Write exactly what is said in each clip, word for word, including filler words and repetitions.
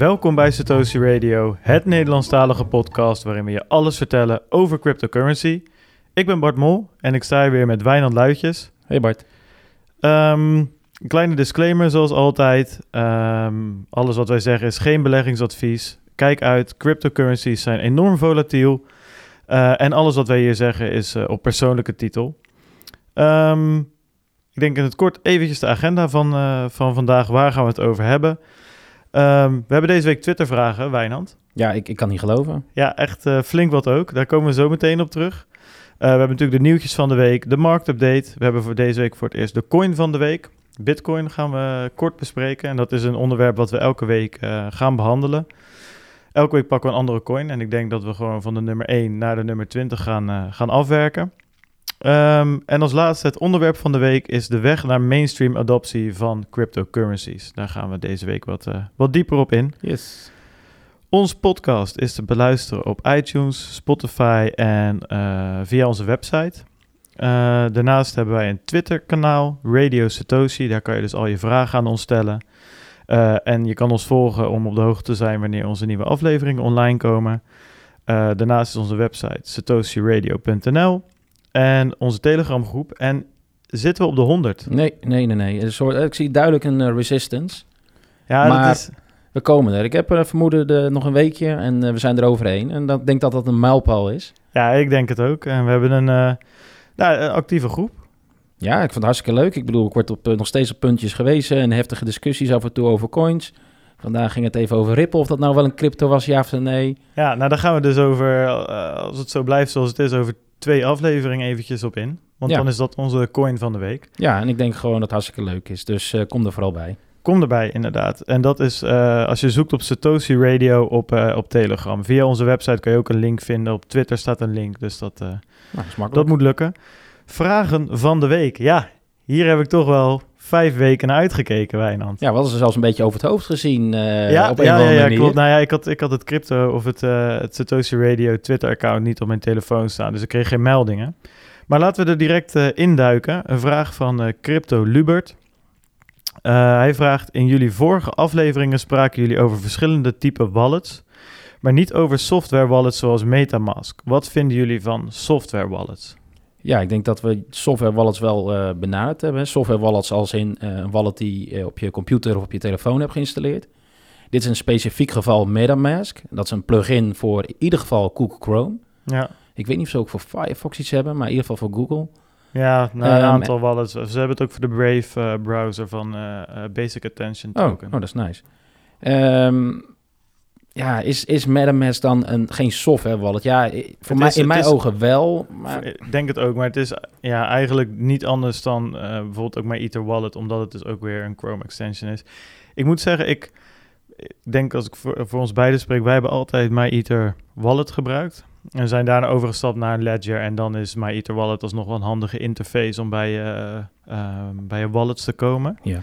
Welkom bij Satoshi Radio, het Nederlandstalige podcast waarin we je alles vertellen over cryptocurrency. Ik ben Bart Mol en ik sta hier weer met Wijnand Luitjes. Hey Bart. Um, een kleine disclaimer zoals altijd. Um, alles wat wij zeggen is geen beleggingsadvies. Kijk uit, cryptocurrencies zijn enorm volatiel. Uh, en alles wat wij hier zeggen is uh, op persoonlijke titel. Um, ik denk in het kort eventjes de agenda van, uh, van vandaag. Waar gaan we het over hebben? Um, we hebben deze week Twitter-vragen, Wijnand. Ja, ik, ik kan niet geloven. Ja, echt uh, flink wat ook. Daar komen we zo meteen op terug. Uh, we hebben natuurlijk de nieuwtjes van de week, de marktupdate. We hebben voor deze week voor het eerst de coin van de week. Bitcoin gaan we kort bespreken. En dat is een onderwerp wat we elke week uh, gaan behandelen. Elke week pakken we een andere coin. En ik denk dat we gewoon van de nummer één naar de nummer twintig gaan, uh, gaan afwerken. Um, en als laatste het onderwerp van de week is de weg naar mainstream adoptie van cryptocurrencies. Daar gaan we deze week wat, uh, wat dieper op in. Yes. Ons podcast is te beluisteren op iTunes, Spotify en uh, via onze website. Uh, daarnaast hebben wij een Twitter-kanaal, Radio Satoshi. Daar kan je dus al je vragen aan ons stellen. Uh, en je kan ons volgen om op de hoogte te zijn wanneer onze nieuwe afleveringen online komen. Uh, daarnaast is onze website satoshi radio punt n l en onze Telegram-groep. En zitten we op de honderd? Nee, nee, nee. nee. Een soort, ik zie duidelijk een uh, resistance. Ja, maar dat is... we komen er. Ik heb uh, vermoeden de, nog een weekje en uh, we zijn er overheen. En ik denk dat dat een mijlpaal is. Ja, ik denk het ook. En we hebben een, uh, nou, een actieve groep. Ja, ik vond het hartstikke leuk. Ik bedoel, ik word op, uh, nog steeds op puntjes gewezen en heftige discussies af en toe over coins. Vandaag ging het even over Ripple, of dat nou wel een crypto was, ja of nee. Ja, nou daar gaan we dus over, uh, als het zo blijft zoals het is, over twee afleveringen eventjes op in. Want ja. Dan is dat onze coin van de week. Ja, en ik denk gewoon dat het hartstikke leuk is. Dus uh, kom er vooral bij. Kom erbij, inderdaad. En dat is, uh, als je zoekt op Satoshi Radio op, uh, op Telegram. Via onze website kan je ook een link vinden. Op Twitter staat een link, dus dat, uh, nou, dat, dat moet lukken. Vragen van de week. Ja, hier heb ik toch wel vijf weken naar uitgekeken, Wijnand. Ja, we hadden ze zelfs een beetje over het hoofd gezien uh, ja, op een ja, of andere ja, manier. Ja, klopt. Nou ja, ik had, ik had het crypto of het, uh, het Satoshi Radio Twitter-account niet op mijn telefoon staan, dus ik kreeg geen meldingen. Maar laten we er direct uh, induiken. Een vraag van uh, Crypto Lubert. Uh, hij vraagt, in jullie vorige afleveringen spraken jullie over verschillende typen wallets, maar niet over software wallets zoals MetaMask. Wat vinden jullie van software wallets? Ja, ik denk dat we software wallets wel uh, benaderd hebben. Software wallets als in uh, een wallet die uh, op je computer of op je telefoon hebt geïnstalleerd. Dit is een specifiek geval MetaMask. Dat is een plugin voor in ieder geval Google Chrome. Ja. Ik weet niet of ze ook voor Firefox iets hebben, maar in ieder geval voor Google. Ja, nou, een um, aantal wallets. Ze hebben het ook voor de Brave uh, browser van uh, uh, Basic Attention Token. Oh, oh, dat is nice. Um, ja, is, is MetaMask dan een, geen software wallet? Ja, voor mij, is, in mijn is, ogen wel. Maar... Ik denk het ook, maar het is ja, eigenlijk niet anders dan uh, bijvoorbeeld ook mijn Ether Wallet, omdat het dus ook weer een Chrome extension is. Ik moet zeggen, ik, ik denk als ik voor, voor ons beiden spreek, wij hebben altijd MyEther Wallet gebruikt. En zijn daarna overgestapt naar een Ledger. En dan is MyEther Wallet alsnog wel een handige interface om bij je, uh, uh, bij je wallets te komen. Ja.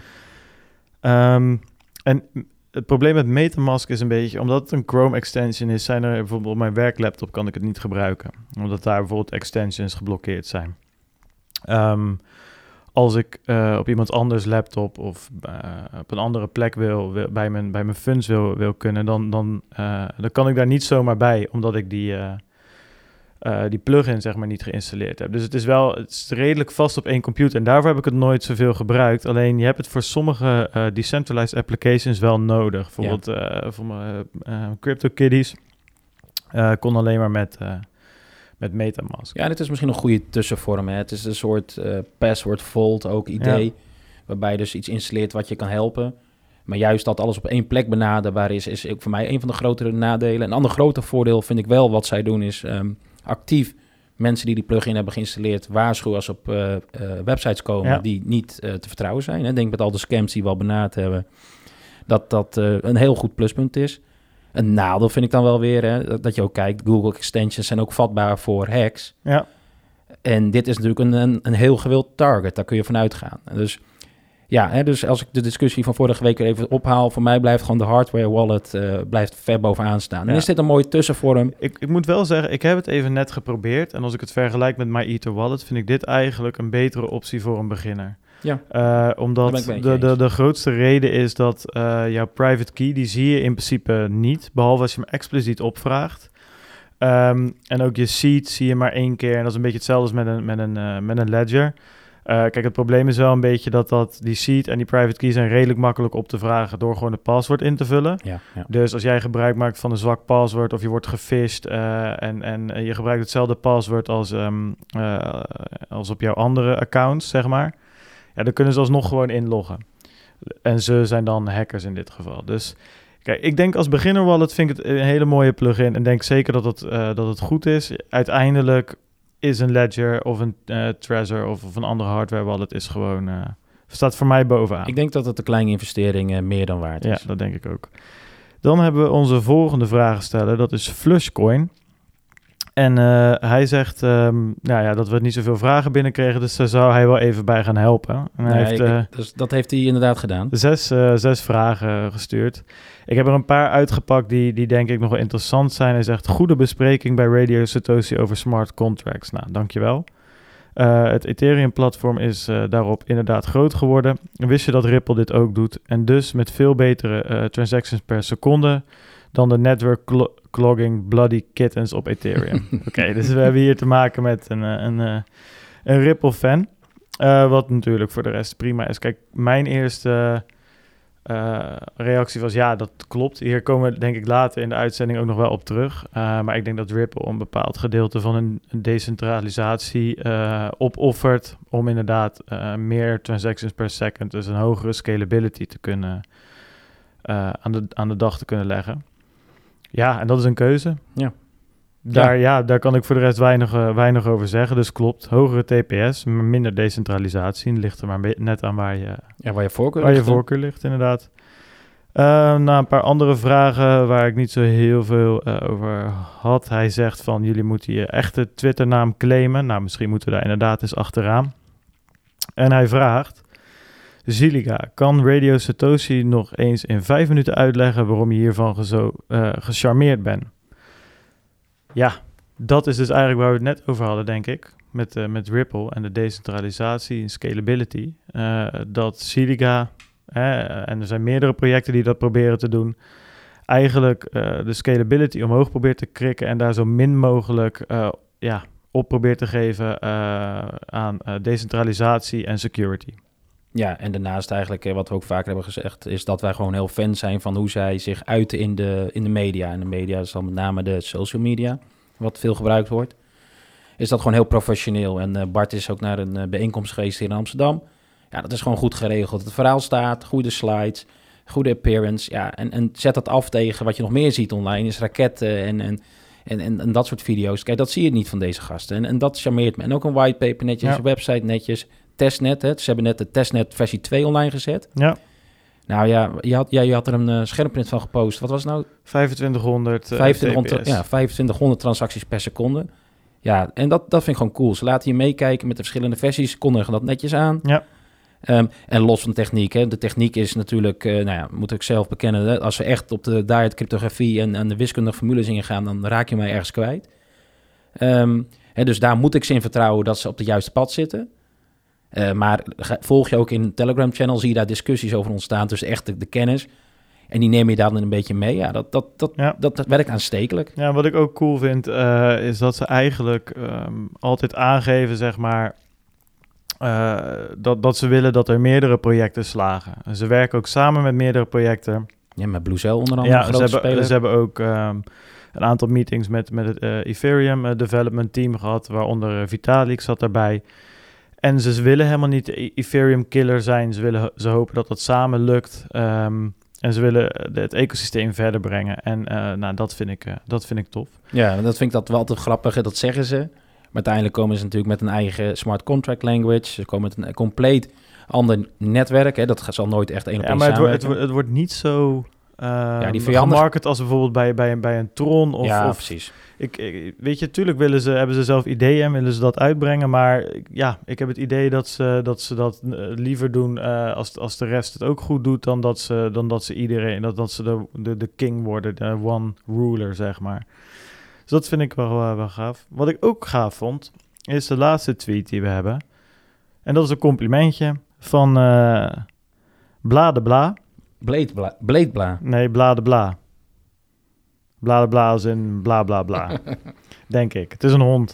Um, en het probleem met MetaMask is een beetje, omdat het een Chrome extension is, zijn er bijvoorbeeld op mijn werklaptop kan ik het niet gebruiken. Omdat daar bijvoorbeeld extensions geblokkeerd zijn. Um, als ik uh, op iemand anders laptop of uh, op een andere plek wil, wil bij, mijn, bij mijn funds wil, wil kunnen, dan, dan, uh, dan kan ik daar niet zomaar bij, omdat ik die, uh, uh, die plugin zeg maar niet geïnstalleerd heb. Dus het is wel het is redelijk vast op één computer en daarvoor heb ik het nooit zoveel gebruikt. Alleen je hebt het voor sommige uh, decentralized applications wel nodig. Bijvoorbeeld ja. uh, voor mijn uh, CryptoKitties uh, kon alleen maar met... Uh, Met MetaMask. Ja, dit is misschien een goede tussenvorm. Hè? Het is een soort uh, password vault ook idee. Ja. Waarbij je dus iets installeert wat je kan helpen. Maar juist dat alles op één plek benaderbaar is, is ook voor mij een van de grotere nadelen. Een ander groter voordeel vind ik wel wat zij doen is um, actief mensen die die plugin hebben geïnstalleerd waarschuwen als ze op uh, uh, websites komen ja. die niet uh, te vertrouwen zijn. Ik denk met al de scams die we al benaderd hebben, dat dat uh, een heel goed pluspunt is. Een nadeel vind ik dan wel weer, hè, dat je ook kijkt, Google extensions zijn ook vatbaar voor hacks. Ja. En dit is natuurlijk een, een, een heel gewild target, daar kun je van uitgaan. Dus ja, hè, dus als ik de discussie van vorige week even ophaal, voor mij blijft gewoon de hardware wallet uh, blijft ver bovenaan staan. Ja. En is dit een mooie tussenvorm? Ik, ik moet wel zeggen, ik heb het even net geprobeerd. En als ik het vergelijk met MyEther Wallet, vind ik dit eigenlijk een betere optie voor een beginner. Ja, uh, omdat ben ik de, de, de grootste reden is dat uh, jouw private key, die zie je in principe niet, behalve als je hem expliciet opvraagt. Um, en ook je seed zie je maar één keer. En dat is een beetje hetzelfde als met een, met een, uh, met een ledger. Uh, kijk, het probleem is wel een beetje dat, dat die seed en die private key zijn redelijk makkelijk op te vragen door gewoon het paswoord in te vullen. Ja, ja. Dus als jij gebruik maakt van een zwak paswoord of je wordt gefisht uh, en, en je gebruikt hetzelfde paswoord als, um, uh, als op jouw andere accounts, zeg maar. Ja, dan kunnen ze alsnog gewoon inloggen. En ze zijn dan hackers in dit geval. Dus kijk, ik denk als beginner wallet vind ik het een hele mooie plugin en denk zeker dat het, uh, dat het goed is. Uiteindelijk is een Ledger of een uh, Trezor of, of een andere hardware wallet is gewoon, uh, staat voor mij bovenaan. Ik denk dat het een kleine investering uh, meer dan waard is. Ja, dat denk ik ook. Dan hebben we onze volgende vragensteller, dat is Flushcoin. En uh, hij zegt um, nou ja, dat we niet zoveel vragen binnenkregen, dus daar zou hij wel even bij gaan helpen. En hij nee, heeft, ik, uh, dus dat heeft hij inderdaad gedaan. Zes, uh, zes vragen gestuurd. Ik heb er een paar uitgepakt die, die denk ik nog wel interessant zijn. Hij zegt, goede bespreking bij Radio Satoshi over smart contracts. Nou, dankjewel. Uh, het Ethereum-platform is uh, daarop inderdaad groot geworden. Wist je dat Ripple dit ook doet? En dus met veel betere uh, transactions per seconde dan de network cl- clogging bloody kittens op Ethereum. Oké, okay, dus we hebben hier te maken met een, een, een, een Ripple-fan. Uh, wat natuurlijk voor de rest prima is. Kijk, mijn eerste uh, reactie was ja, dat klopt. Hier komen we denk ik later in de uitzending ook nog wel op terug. Uh, maar ik denk dat Ripple een bepaald gedeelte van een, een decentralisatie uh, opoffert om inderdaad uh, meer transactions per second, dus een hogere scalability te kunnen uh, aan, de, aan de dag te kunnen leggen. Ja, en dat is een keuze. Ja. Daar, ja. ja, daar kan ik voor de rest weinig, uh, weinig over zeggen. Dus klopt, hogere T P S, maar minder decentralisatie. Ligt er maar be- net aan waar je, ja, waar je voorkeur waar ligt. Je voorkeur ligt, inderdaad. Uh, nou, een paar andere vragen waar ik niet zo heel veel uh, over had. Hij zegt van, jullie moeten je echte Twitternaam claimen. Nou, misschien moeten we daar inderdaad eens achteraan. En hij vraagt, Ziliga, kan Radio Satoshi nog eens in vijf minuten uitleggen waarom je hiervan gezo, uh, gecharmeerd bent? Ja, dat is dus eigenlijk waar we het net over hadden, denk ik. Met, uh, met Ripple en de decentralisatie en scalability. Uh, dat Ziliga, uh, en er zijn meerdere projecten die dat proberen te doen, eigenlijk uh, de scalability omhoog probeert te krikken en daar zo min mogelijk uh, ja, op probeert te geven uh, aan uh, decentralisatie en security. Ja, en daarnaast eigenlijk, wat we ook vaker hebben gezegd, is dat wij gewoon heel fan zijn van hoe zij zich uiten in de, in de media. En de media is dan met name de social media, wat veel gebruikt wordt. Is dat gewoon heel professioneel. En uh, Bart is ook naar een uh, bijeenkomst geweest hier in Amsterdam. Ja, dat is gewoon goed geregeld. Het verhaal staat, goede slides, goede appearance. Ja, en, en zet dat af tegen wat je nog meer ziet online, is raketten en, en, en, en, en dat soort video's. Kijk, dat zie je niet van deze gasten. En, en dat charmeert me. En ook een whitepaper netjes, ja. Een website netjes. Testnet, hè. Ze hebben net de testnet versie twee online gezet. Ja. Nou ja, je had, ja, je had er een uh, schermprint van gepost. Wat was het nou? vijfentwintighonderd uh, vijfentwintighonderd, ja, vijfentwintighonderd transacties per seconde. Ja, en dat, dat vind ik gewoon cool. Ze laten je meekijken met de verschillende versies, kondigen dat netjes aan. Ja. Um, en los van de techniek, hè. De techniek is natuurlijk, uh, nou ja, moet ik zelf bekennen, hè. Als we echt op de diet cryptografie en, en de wiskundige formules ingaan, dan raak je mij ergens kwijt. Um, hè, dus daar moet ik ze in vertrouwen dat ze op de juiste pad zitten. Uh, maar volg je ook in een Telegram-channel, zie je daar discussies over ontstaan tussen echt de, de kennis. En die neem je dan een beetje mee. Ja, dat, dat, dat, ja. dat, dat werkt aanstekelijk. Ja, wat ik ook cool vind, uh, is dat ze eigenlijk um, altijd aangeven, zeg maar, uh, dat, dat ze willen dat er meerdere projecten slagen. En ze werken ook samen met meerdere projecten. Ja, met Bluecell onder andere. Ja, ze hebben, ze hebben ook um, een aantal meetings met, met het uh, Ethereum uh, development team gehad, waaronder uh, Vitalik zat daarbij. En ze willen helemaal niet de Ethereum killer zijn. Ze, willen, ze hopen dat dat samen lukt. Um, en ze willen het ecosysteem verder brengen. En uh, nou, dat vind ik, uh, dat vind ik tof. Ja, dat vind ik dat wel altijd grappig. Dat zeggen ze. Maar uiteindelijk komen ze natuurlijk met een eigen smart contract language. Ze komen met een compleet ander netwerk. Hè. Dat zal nooit echt één op één ja, maar samenwerken. Het, wo- het, wo- het wordt niet zo uh, ja, die gemarket als bijvoorbeeld bij, bij, bij een Tron. Of, ja, of, precies. Ik, ik, weet je, tuurlijk willen ze, hebben ze zelf ideeën en willen ze dat uitbrengen. Maar ja, ik heb het idee dat ze dat, ze dat uh, liever doen uh, als, als de rest het ook goed doet. Dan dat ze, dan dat ze iedereen, dat, dat ze de, de, de king worden, de one ruler, zeg maar. Dus dat vind ik wel, uh, wel gaaf. Wat ik ook gaaf vond, is de laatste tweet die we hebben. En dat is een complimentje van uh, Bladebla. Bladebla. Bladebla. Nee, Bladebla. Bladebla als in bla bla bla. Denk ik. Het is een hond.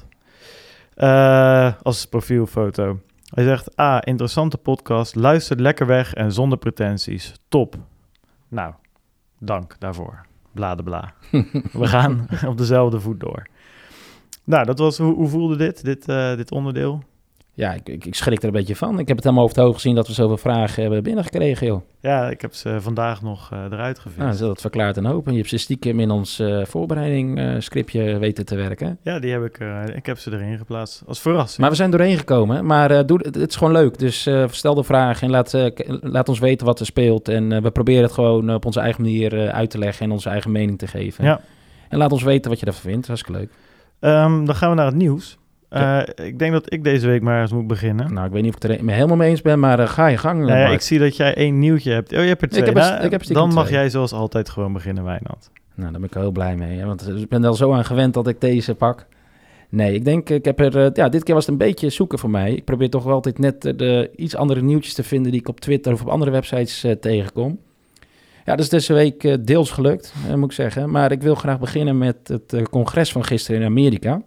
Uh, als profielfoto. Hij zegt, ah, interessante podcast. Luistert lekker weg en zonder pretenties. Top. Nou, dank daarvoor. Bladebla. We gaan op dezelfde voet door. Nou, dat was, hoe, hoe voelde dit, dit, uh, dit onderdeel? Ja, ik, ik, ik schrik er een beetje van. Ik heb het helemaal over het hoofd gezien dat we zoveel vragen hebben binnengekregen, joh. Ja, ik heb ze vandaag nog uh, eruit gevist. Ah, dat verklaart een hoop. En je hebt ze stiekem in ons uh, voorbereiding uh, scriptje weten te werken. Ja, die heb ik, uh, ik heb ze erin geplaatst als verrassing. Maar we zijn doorheen gekomen. Maar uh, doe, het is gewoon leuk. Dus uh, stel de vraag en laat, uh, laat ons weten wat er speelt. En uh, we proberen het gewoon op onze eigen manier uh, uit te leggen en onze eigen mening te geven. Ja. En laat ons weten wat je ervan vindt. Hartstikke leuk. Um, dan gaan we naar het nieuws. Uh, ja. Ik denk dat ik deze week maar eens moet beginnen. Nou, ik weet niet of ik het er helemaal mee eens ben, maar uh, ga je gang. Nou ja, ik zie dat jij één nieuwtje hebt. Oh, je hebt er twee. Ik heb er, nou, ik heb dan mag twee. jij zoals altijd gewoon beginnen, Wijnand. Nou, daar ben ik heel blij mee. Hè? Want ik ben er al zo aan gewend dat ik deze pak. Nee, ik denk, ik heb er... Uh, ja, dit keer was het een beetje zoeken voor mij. Ik probeer toch wel altijd net uh, de iets andere nieuwtjes te vinden die ik op Twitter of op andere websites uh, tegenkom. Ja, dat is deze week uh, deels gelukt, uh, moet ik zeggen. Maar ik wil graag beginnen met het uh, congres van gisteren in Amerika.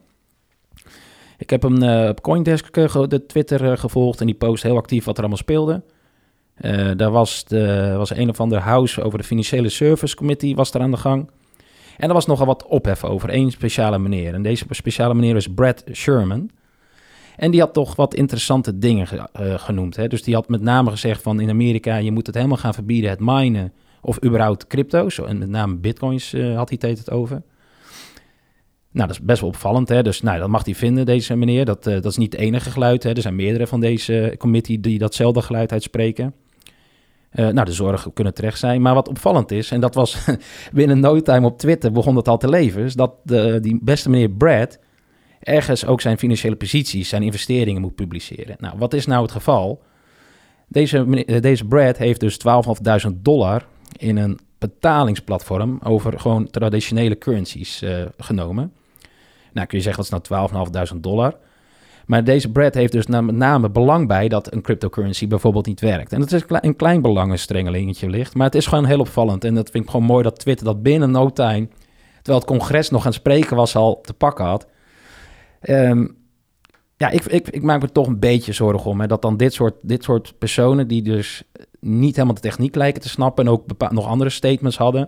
Ik heb hem uh, op Coindesk uh, de Twitter uh, gevolgd en die post heel actief wat er allemaal speelde. Uh, daar was, de, was een of ander house over de Financiële Service Committee was er aan de gang. En er was nogal wat ophef over één speciale meneer. En deze speciale meneer is Brad Sherman. En die had toch wat interessante dingen ge, uh, genoemd. Hè? Dus die had met name gezegd van in Amerika, je moet het helemaal gaan verbieden, het minen of überhaupt crypto's. En met name bitcoins uh, had hij het het over. Nou, dat is best wel opvallend. Hè? Dus nou, dat mag hij vinden, deze meneer. Dat, uh, dat is niet het enige geluid. Hè? Er zijn meerdere van deze committee die datzelfde geluid uitspreken. Uh, nou, de zorgen kunnen terecht zijn. Maar wat opvallend is, en dat was binnen no time op Twitter begon dat al te leven, is dat de, die beste meneer Brad ergens ook zijn financiële posities, zijn investeringen moet publiceren. Nou, wat is nou het geval? Deze, meneer, deze Brad heeft dus twaalfduizend dollar in een betalingsplatform over gewoon traditionele currencies uh, genomen. Nou, kun je zeggen, dat is nou twaalfduizend dollar. Maar deze Brad heeft dus met name belang bij dat een cryptocurrency bijvoorbeeld niet werkt. En dat is een klein belangenstrengelingetje ligt, maar het is gewoon heel opvallend. En dat vind ik gewoon mooi dat Twitter dat binnen no time, terwijl het congres nog aan het spreken was, al te pakken had. Um, ja, ik, ik, ik maak me toch een beetje zorgen om, hè, dat dan dit soort, dit soort personen die dus niet helemaal de techniek lijken te snappen en ook bepa- nog andere statements hadden,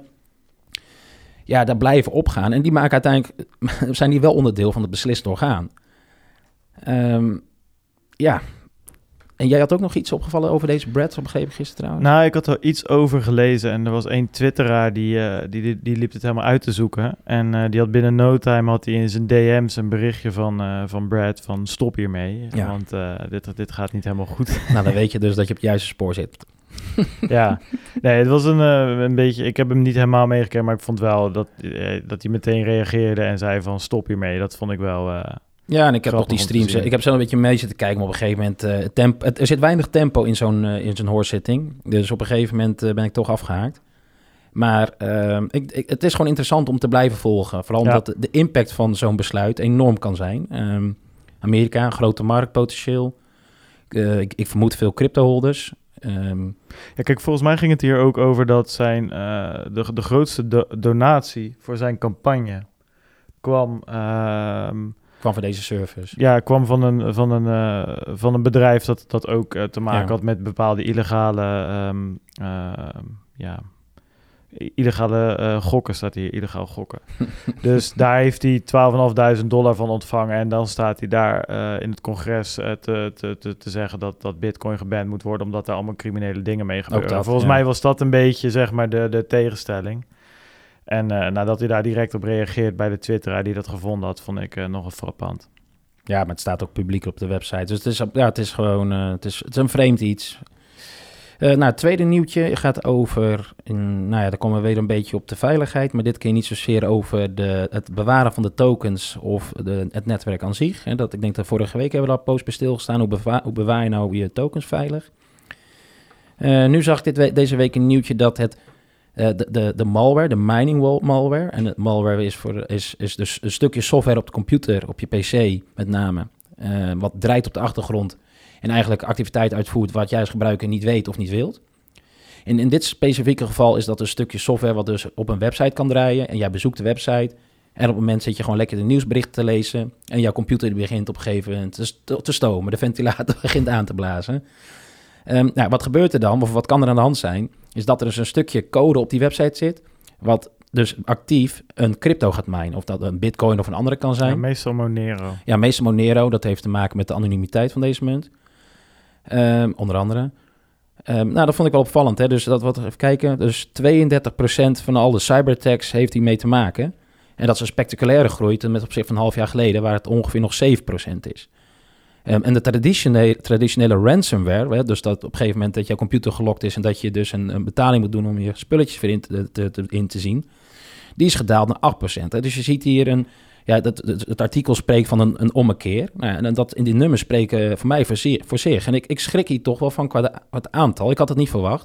ja, daar blijven opgaan. En die maken uiteindelijk, zijn die wel onderdeel van het beslissend orgaan. Um, ja, en jij had ook nog iets opgevallen over deze Brad, op begrepen gisteren trouwens? Nou, ik had er iets over gelezen en er was één twitteraar die, uh, die, die, die liep het helemaal uit te zoeken. En uh, die had binnen no time had hij in zijn D M's een berichtje van, uh, van Brad van stop hiermee, ja. want uh, dit, dit gaat niet helemaal goed. Nou, dan weet je dus dat je op het juiste spoor zit. Ja, nee, het was een, uh, een beetje, ik heb hem niet helemaal meegekregen, maar ik vond wel dat, uh, dat hij meteen reageerde en zei van stop hiermee. Dat vond ik wel... Uh, Ja, en ik heb nog die streams. Ik heb zelf een beetje mee zitten kijken, maar op een gegeven moment... Uh, tempo, het, er zit weinig tempo in zo'n, uh, in zo'n hoorzitting. Dus op een gegeven moment uh, ben ik toch afgehaakt. Maar uh, ik, ik, het is gewoon interessant om te blijven volgen. Vooral omdat ja. de impact van zo'n besluit enorm kan zijn. Um, Amerika, een grote markt potentieel. Uh, ik, ik vermoed veel cryptoholders. Um, ja, kijk, volgens mij ging het hier ook over dat zijn... Uh, de, de grootste do- donatie voor zijn campagne kwam... Uh, kwam van deze service. Ja, kwam van een, van een, uh, van een bedrijf dat, dat ook uh, te maken ja. had met bepaalde illegale... Um, uh, ja, illegale uh, gokken staat hier, illegaal gokken. Dus daar heeft hij twaalfduizend dollar van ontvangen en dan staat hij daar uh, in het congres uh, te, te, te, te zeggen dat, dat bitcoin geband moet worden, omdat er allemaal criminele dingen mee gebeuren. Dat, Volgens ja. mij was dat een beetje, zeg maar, de, de tegenstelling. En uh, nadat hij daar direct op reageert bij de twitteraar die dat gevonden had, vond ik uh, nogal frappant. Ja, maar het staat ook publiek op de website. Dus het is, ja, het is gewoon, uh, het, is, het is een vreemd iets. Uh, nou, het tweede nieuwtje gaat over, in, nou ja, daar komen we weer een beetje op de veiligheid, maar dit keer niet zozeer over de, het bewaren van de tokens of de, het netwerk aan zich. Hè, dat, ik denk dat vorige week hebben we daar post bij stilgestaan, hoe, beva- hoe bewaar je nou je tokens veilig? Uh, nu zag ik dit, deze week een nieuwtje dat het, uh, de, de, de malware, de mining wall malware, en het malware is, voor, is, is dus een stukje software op de computer, op je P C met name, uh, wat draait op de achtergrond. en eigenlijk activiteit uitvoert wat jij als gebruiker niet weet of niet wilt. En in dit specifieke geval is dat een stukje software wat dus op een website kan draaien en jij bezoekt de website en op het moment zit je gewoon lekker de nieuwsberichten te lezen en jouw computer begint op een gegeven moment te, st- te stomen, de ventilator begint aan te blazen. Um, nou, wat gebeurt er dan, of wat kan er aan de hand zijn, is dat er dus een stukje code op die website zit, wat dus actief een crypto gaat minen. Of dat een bitcoin of een andere kan zijn. Ja, meestal Monero. Ja, meestal Monero. Dat heeft te maken met de anonimiteit van deze munt. Um, onder andere. Um, nou, dat vond ik wel opvallend. Hè? Dus dat wat even kijken. Dus tweeëndertig procent van al de cyberattacks heeft hiermee te maken. En dat is een spectaculaire groei ten opzichte van een half jaar geleden, waar het ongeveer nog zeven procent is. Um, en de traditionele, traditionele ransomware, hè, dus dat op een gegeven moment dat jouw computer gelokt is en dat je dus een, een betaling moet doen om je spulletjes weer in te, te, te, in te zien, die is gedaald naar acht procent. Hè. Dus je ziet hier een, ja, dat, het, het artikel spreekt van een, een ommekeer. Nou, en dat in die nummers spreken voor mij voor, zeer, voor zich. En ik, ik schrik hier toch wel van qua de, het aantal. Ik had het niet verwacht.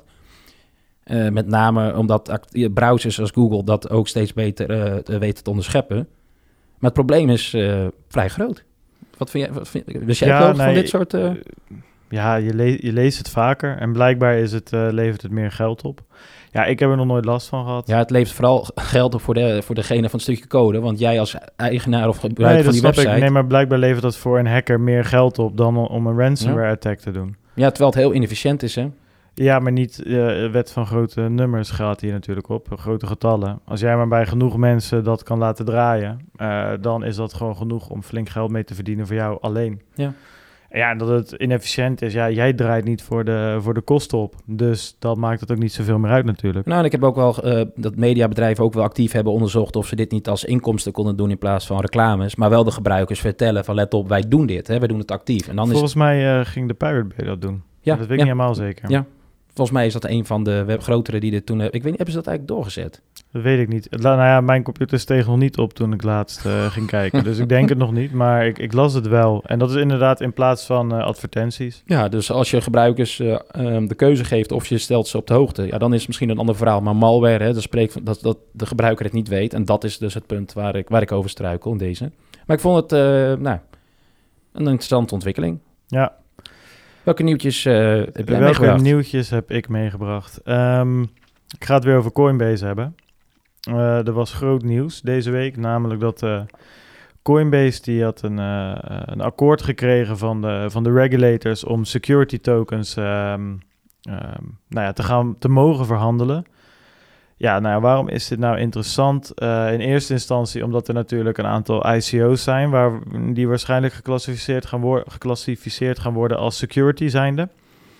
Uh, met name omdat browsers zoals Google dat ook steeds beter uh, weten te onderscheppen. Maar het probleem is uh, vrij groot. Wat vind jij? Wat vind, wist jij ja, ook nee, van dit soort... Uh... Ja, je, le- je leest het vaker en blijkbaar is het, uh, levert het meer geld op. Ja, ik heb er nog nooit last van gehad. Ja, het levert vooral geld op voor, de, voor degene van het stukje code. Want jij als eigenaar of gebruiker nee, van die website... Ik. Nee, maar blijkbaar levert dat voor een hacker meer geld op dan om een ransomware attack te doen. Ja, terwijl het heel inefficiënt is, hè? Ja, maar niet de uh, wet van grote nummers gaat hier natuurlijk op, grote getallen. Als jij maar bij genoeg mensen dat kan laten draaien, uh, dan is dat gewoon genoeg om flink geld mee te verdienen voor jou alleen. Ja. Ja, en dat het inefficiënt is, ja, jij draait niet voor de, voor de kosten op. Dus dat maakt het ook niet zoveel meer uit natuurlijk. Nou, en ik heb ook wel uh, dat mediabedrijven ook wel actief hebben onderzocht of ze dit niet als inkomsten konden doen in plaats van reclames. Maar wel de gebruikers vertellen van let op, wij doen dit, hè, wij doen het actief. En dan Volgens is... mij uh, ging de Pirate Bay dat doen. Ja, dat weet ik ja. niet helemaal zeker. Ja. Volgens mij is dat een van de web- grotere die dit toen... Ik weet niet, hebben ze dat eigenlijk doorgezet? Dat weet ik niet. Nou ja, mijn computer steeg nog niet op toen ik laatst uh, ging kijken. Dus ik denk het nog niet, maar ik, ik las het wel. En dat is inderdaad in plaats van uh, advertenties. Ja, dus als je gebruikers uh, um, de keuze geeft of je stelt ze op de hoogte... Ja, dan is het misschien een ander verhaal. Maar malware, hè, dat spreekt dat, dat de gebruiker het niet weet. En dat is dus het punt waar ik, waar ik over struikel in deze. Maar ik vond het uh, nou, een interessante ontwikkeling. Ja. Welke nieuwtjes uh, heb jij Welke meegebracht? nieuwtjes heb ik meegebracht? Um, ik ga het weer over Coinbase hebben. Uh, er was groot nieuws deze week, namelijk dat uh, Coinbase die had een, uh, een akkoord gekregen van de, van de regulators om security tokens um, um, nou ja, te, gaan, te mogen verhandelen. Ja, nou ja, waarom is dit nou interessant? Uh, in eerste instantie omdat er natuurlijk een aantal I C O's zijn waar, die waarschijnlijk geclassificeerd gaan, wo- geclassificeerd gaan worden als security zijnde.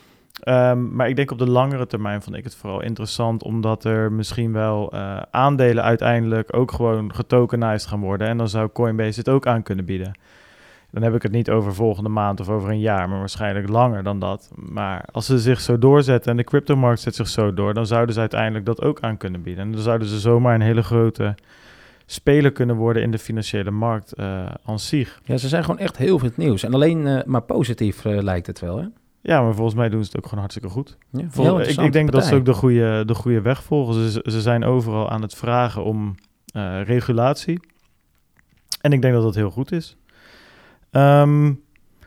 Um, maar ik denk op de langere termijn vond ik het vooral interessant omdat er misschien wel uh, aandelen uiteindelijk ook gewoon getokenized gaan worden. En dan zou Coinbase het ook aan kunnen bieden. Dan heb ik het niet over volgende maand of over een jaar, maar waarschijnlijk langer dan dat. Maar als ze zich zo doorzetten en de cryptomarkt zet zich zo door, dan zouden ze uiteindelijk dat ook aan kunnen bieden. En dan zouden ze zomaar een hele grote speler kunnen worden in de financiële markt uh, aan zich. Ja, ze zijn gewoon echt heel veel nieuws. En alleen uh, maar positief uh, lijkt het wel, hè? Ja, maar volgens mij doen ze het ook gewoon hartstikke goed. Ja, Vol- ik, ik denk dat ze ook de goede, de goede weg volgen. Ze, ze zijn overal aan het vragen om uh, regulatie. En ik denk dat dat heel goed is. Um,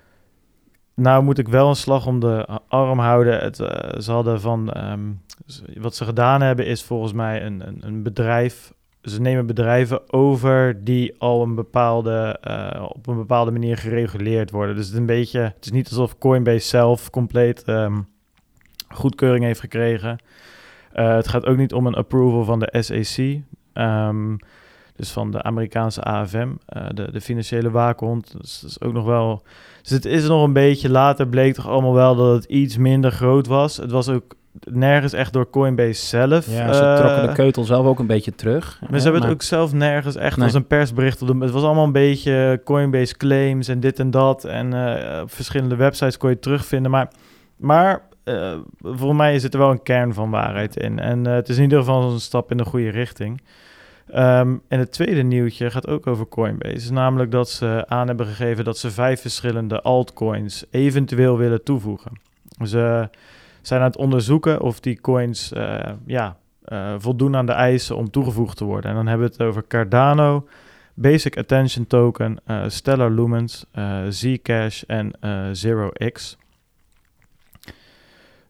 nou moet ik wel een slag om de arm houden. Het, uh, ze hadden van, um, wat ze gedaan hebben is volgens mij een, een, een bedrijf. Ze nemen bedrijven over die al een bepaalde, uh, op een bepaalde manier gereguleerd worden. Dus het is een beetje, het is niet alsof Coinbase zelf compleet um, goedkeuring heeft gekregen. Uh, het gaat ook niet om een approval van de S E C. Um, Dus van de Amerikaanse A F M, uh, de, de financiële waakhond. Dus dat is ook nog wel. Dus het is nog een beetje. Later bleek toch allemaal wel dat het iets minder groot was. Het was ook nergens echt door Coinbase zelf. Ja, ze uh, trokken de keutel zelf ook een beetje terug. Maar ze hebben maar... het ook zelf nergens echt nee. als een persbericht. Het was allemaal een beetje Coinbase claims en dit en dat. En uh, op verschillende websites kon je het terugvinden. Maar, maar uh, voor mij zit er wel een kern van waarheid in. En uh, het is in ieder geval een stap in de goede richting. Um, en het tweede nieuwtje gaat ook over Coinbase. Namelijk dat ze aan hebben gegeven dat ze vijf verschillende altcoins eventueel willen toevoegen. Ze zijn aan het onderzoeken of die coins uh, ja, uh, voldoen aan de eisen om toegevoegd te worden. En dan hebben we het over Cardano, Basic Attention Token, uh, Stellar Lumens, uh, Zcash en uh, zero x.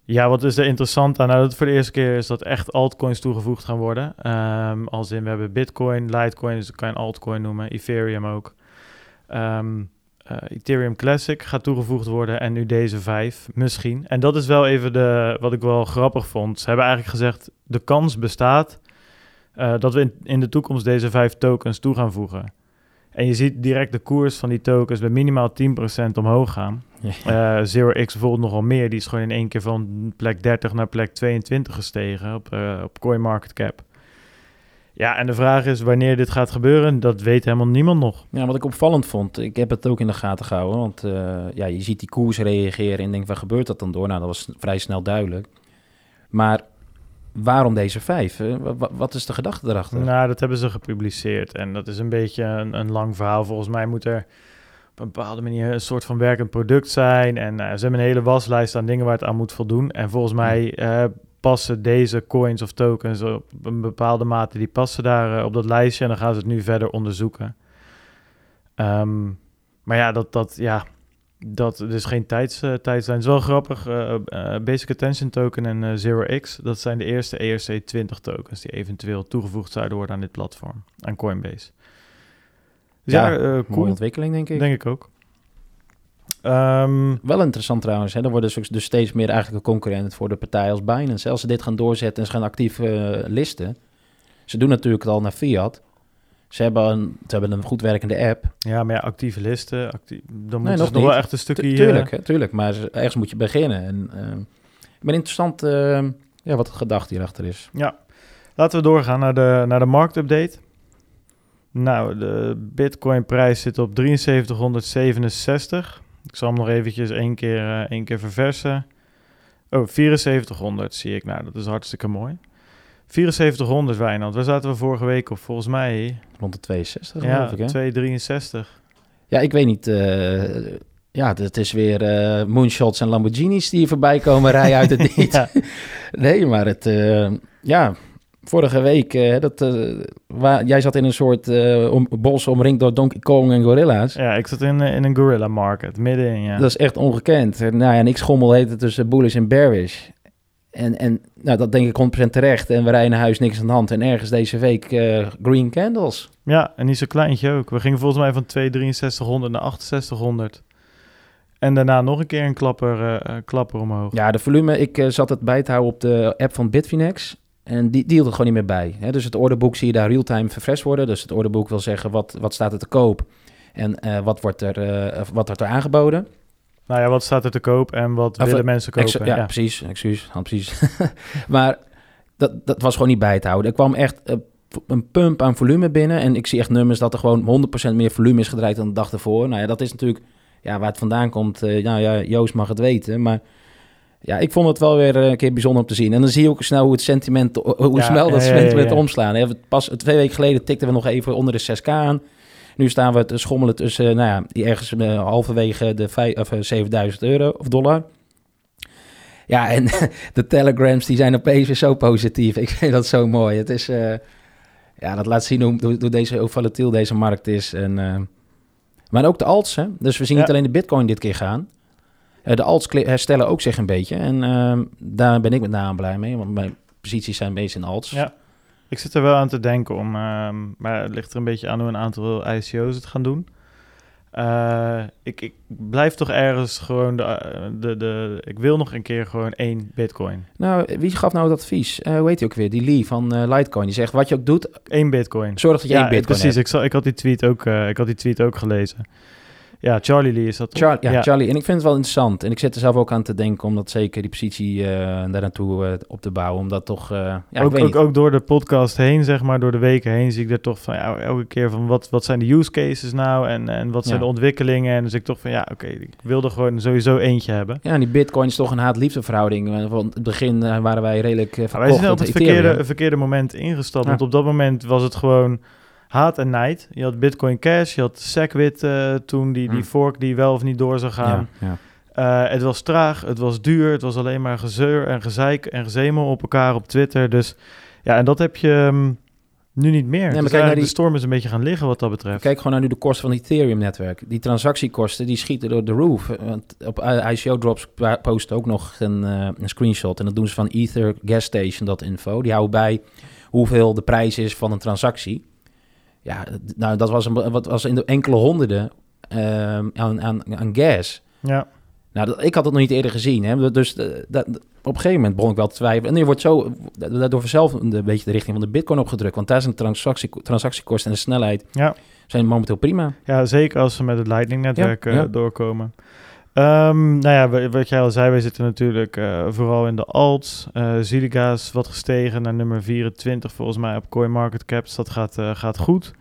Ja, wat is er interessant aan? Nou, dat voor de eerste keer is dat echt altcoins toegevoegd gaan worden. Um, als in, we hebben Bitcoin, Litecoin, dus dat kan je een altcoin noemen. Ethereum ook. Um, uh, Ethereum Classic gaat toegevoegd worden en nu deze vijf, misschien. En dat is wel even de, wat ik wel grappig vond. Ze hebben eigenlijk gezegd, de kans bestaat uh, dat we in, in de toekomst deze vijf tokens toe gaan voegen. En je ziet direct de koers van die tokens bij minimaal tien procent omhoog gaan. Ja. Uh, zero x bijvoorbeeld nogal meer. Die is gewoon in één keer van plek dertig naar plek tweeëntwintig gestegen op, uh, op CoinMarketCap. Ja, en de vraag is wanneer dit gaat gebeuren, dat weet helemaal niemand nog. Ja, wat ik opvallend vond, ik heb het ook in de gaten gehouden, want uh, ja, je ziet die koers reageren en denkt, waar gebeurt dat dan door? Nou, dat was vrij snel duidelijk. Maar waarom deze vijf? Wat, wat is de gedachte erachter? Nou, dat hebben ze gepubliceerd en dat is een beetje een, een lang verhaal. Volgens mij moet er op een bepaalde manier een soort van werkend product zijn. En uh, ze hebben een hele waslijst aan dingen waar het aan moet voldoen. En volgens mij uh, passen deze coins of tokens op een bepaalde mate, die passen daar uh, op dat lijstje. En dan gaan ze het nu verder onderzoeken. Um, maar ja, dat, dat, ja, dat is geen tijds, uh, tijdslijn. Het is wel grappig. Uh, uh, Basic Attention Token en uh, zero x, dat zijn de eerste E R C twintig tokens die eventueel toegevoegd zouden worden aan dit platform, aan Coinbase. Dus ja, ja uh, cool. Mooie ontwikkeling, denk ik. Denk ik ook. Um, Wel interessant trouwens. Hè? Dan worden dus, dus steeds meer eigenlijk een concurrent voor de partijen als Binance. Als ze dit gaan doorzetten en ze gaan actief uh, listen. Ze doen natuurlijk al naar fiat. Ze hebben een, ze hebben een goed werkende app. Ja, maar ja, actieve listen, actief, dan nee, moet nog nog wel echt een stukje... Tu- tuurlijk, hè, tuurlijk, maar ergens moet je beginnen. En, uh, ik ben interessant uh, ja, wat de gedachte hierachter is. Ja, laten we doorgaan naar de, naar de marktupdate. Nou, de Bitcoin-prijs zit op drieënzeventighonderdzevenenzestig. Ik zal hem nog eventjes één keer, uh, één keer verversen. Oh, vierenzeventighonderd zie ik. Nou, dat is hartstikke mooi. vierenzeventighonderd, Wijnand. Waar zaten we vorige week op? Volgens mij... Rond de tweeënzestig, ja, geloof ik, hè? twee drieënzestig. Ja, ik weet niet. Uh, ja, het is weer uh, moonshots en Lamborghinis die voorbij komen rijden uit het niet. Ja. Nee, maar het... Uh, ja... Vorige week, uh, dat, uh, waar, jij zat in een soort uh, om, bos omringd door Donkey Kong en gorilla's. Ja, ik zat in, uh, in een gorilla market, middenin, ja. Dat is echt ongekend. Nou ja, en ik schommel heet het tussen bullish en bearish. En, en nou, dat denk ik honderd procent terecht. En we rijden naar huis, niks aan de hand. En ergens deze week uh, green candles. Ja, en niet zo kleintje ook. We gingen volgens mij van twee drieënzestighonderd naar achtenzestighonderd. En daarna nog een keer een klapper, uh, klapper omhoog. Ja, de volume, ik uh, zat het bij te houden op de app van Bitfinex. En die, die hield het gewoon niet meer bij. Hè? Dus het orderboek zie je daar real-time verfresh worden. Dus het orderboek wil zeggen wat, wat staat er te koop en uh, wat wordt er, uh, wat wordt er aangeboden. Nou ja, wat staat er te koop en wat of, willen mensen kopen. Ex- ja, ja, precies. Excuus, precies. Maar dat, dat was gewoon niet bij te houden. Er kwam echt uh, een pump aan volume binnen. En ik zie echt nummers dat er gewoon honderd procent meer volume is gedraaid dan de dag ervoor. Nou ja, dat is natuurlijk ja, waar het vandaan komt. Uh, nou ja, Joost mag het weten, maar... Ja, ik vond het wel weer een keer bijzonder om te zien. En dan zie je ook snel hoe het sentiment, hoe ja, snel dat ja, sentiment ja, ja. omslaan. Hè. Pas twee weken geleden tikten we nog even onder de zes k aan. Nu staan we te schommelen tussen, nou ja, die ergens uh, halverwege de vijf, of, uh, zevenduizend euro of dollar. Ja, en de telegrams die zijn opeens weer zo positief. Ik vind dat zo mooi. Het is, uh, ja, dat laat zien hoe, hoe, deze, hoe volatiel deze markt is. En, uh, maar ook de alts, hè. Dus we zien ja. niet alleen de Bitcoin dit keer gaan. Uh, de alts herstellen ook zich een beetje. En uh, daar ben ik met name blij mee. Want mijn posities zijn bezig in alts. Ja, ik zit er wel aan te denken om... Uh, maar het ligt er een beetje aan hoe een aantal I C O's het gaan doen. Uh, ik, ik blijf toch ergens gewoon... De, de, de, ik wil nog een keer gewoon één bitcoin. Nou, wie gaf nou dat advies? Uh, hoe heet hij ook weer? Die Lee van uh, Litecoin. Die zegt, wat je ook doet... Eén bitcoin. Zorg dat je ja, één bitcoin precies, hebt. Ik, zal, ik, had die tweet ook, uh, ik had die tweet ook gelezen. Ja, Charlie Lee is dat toch? Char- ja, ja, Charlie. En ik vind het wel interessant. En ik zit er zelf ook aan te denken om dat zeker die positie uh, daar naartoe uh, op te bouwen. Omdat toch... Uh, ja, ook, ik weet ook, ook door de podcast heen, zeg maar, door de weken heen, zie ik er toch van ja, elke keer van wat, wat zijn de use cases nou en, en wat zijn ja. de ontwikkelingen. En dus ik toch van ja, oké, okay, ik wilde gewoon sowieso eentje hebben. Ja, en die bitcoin is toch een haat-liefde verhouding. Van het begin uh, waren wij redelijk uh, verkocht. Wij zijn op het verkeerde, verkeerde moment ingestapt. Ja. Want op dat moment was het gewoon... haat en nijd. Je had Bitcoin Cash, je had Segwit uh, toen, die, die mm. fork die wel of niet door zou gaan. Ja, ja. Uh, het was traag, het was duur, het was alleen maar gezeur en gezeik en gezemel op elkaar op Twitter. Dus ja, en dat heb je... Um, Nu niet meer. Nee, maar dus kijk naar die... de storm is een beetje gaan liggen wat dat betreft. Kijk gewoon naar nu de kosten van het Ethereum-netwerk. Die transactiekosten, die schieten door de roof. Want op I C O Drops posten ook nog een, uh, een screenshot. En dat doen ze van ether gas station dot info. Die houden bij hoeveel de prijs is van een transactie. Ja, nou, dat was, een, wat was in de enkele honderden uh, aan, aan, aan gas. Ja. Nou, dat, ik had het nog niet eerder gezien. Hè? Dus uh, dat, op een gegeven moment begon ik wel te twijfelen. En je wordt zo daardoor zelf een beetje de richting van de Bitcoin opgedrukt. Want daar zijn de transactie, transactiekosten en de snelheid ja. zijn momenteel prima. Ja, zeker als ze met het Lightning-netwerk ja, ja. uh, doorkomen. Um, nou ja, wat jij al zei, wij zitten natuurlijk uh, vooral in de alts. Uh, Zilliqa is wat gestegen naar nummer vierentwintig volgens mij op CoinMarketCap. Dus dat gaat, uh, gaat goed.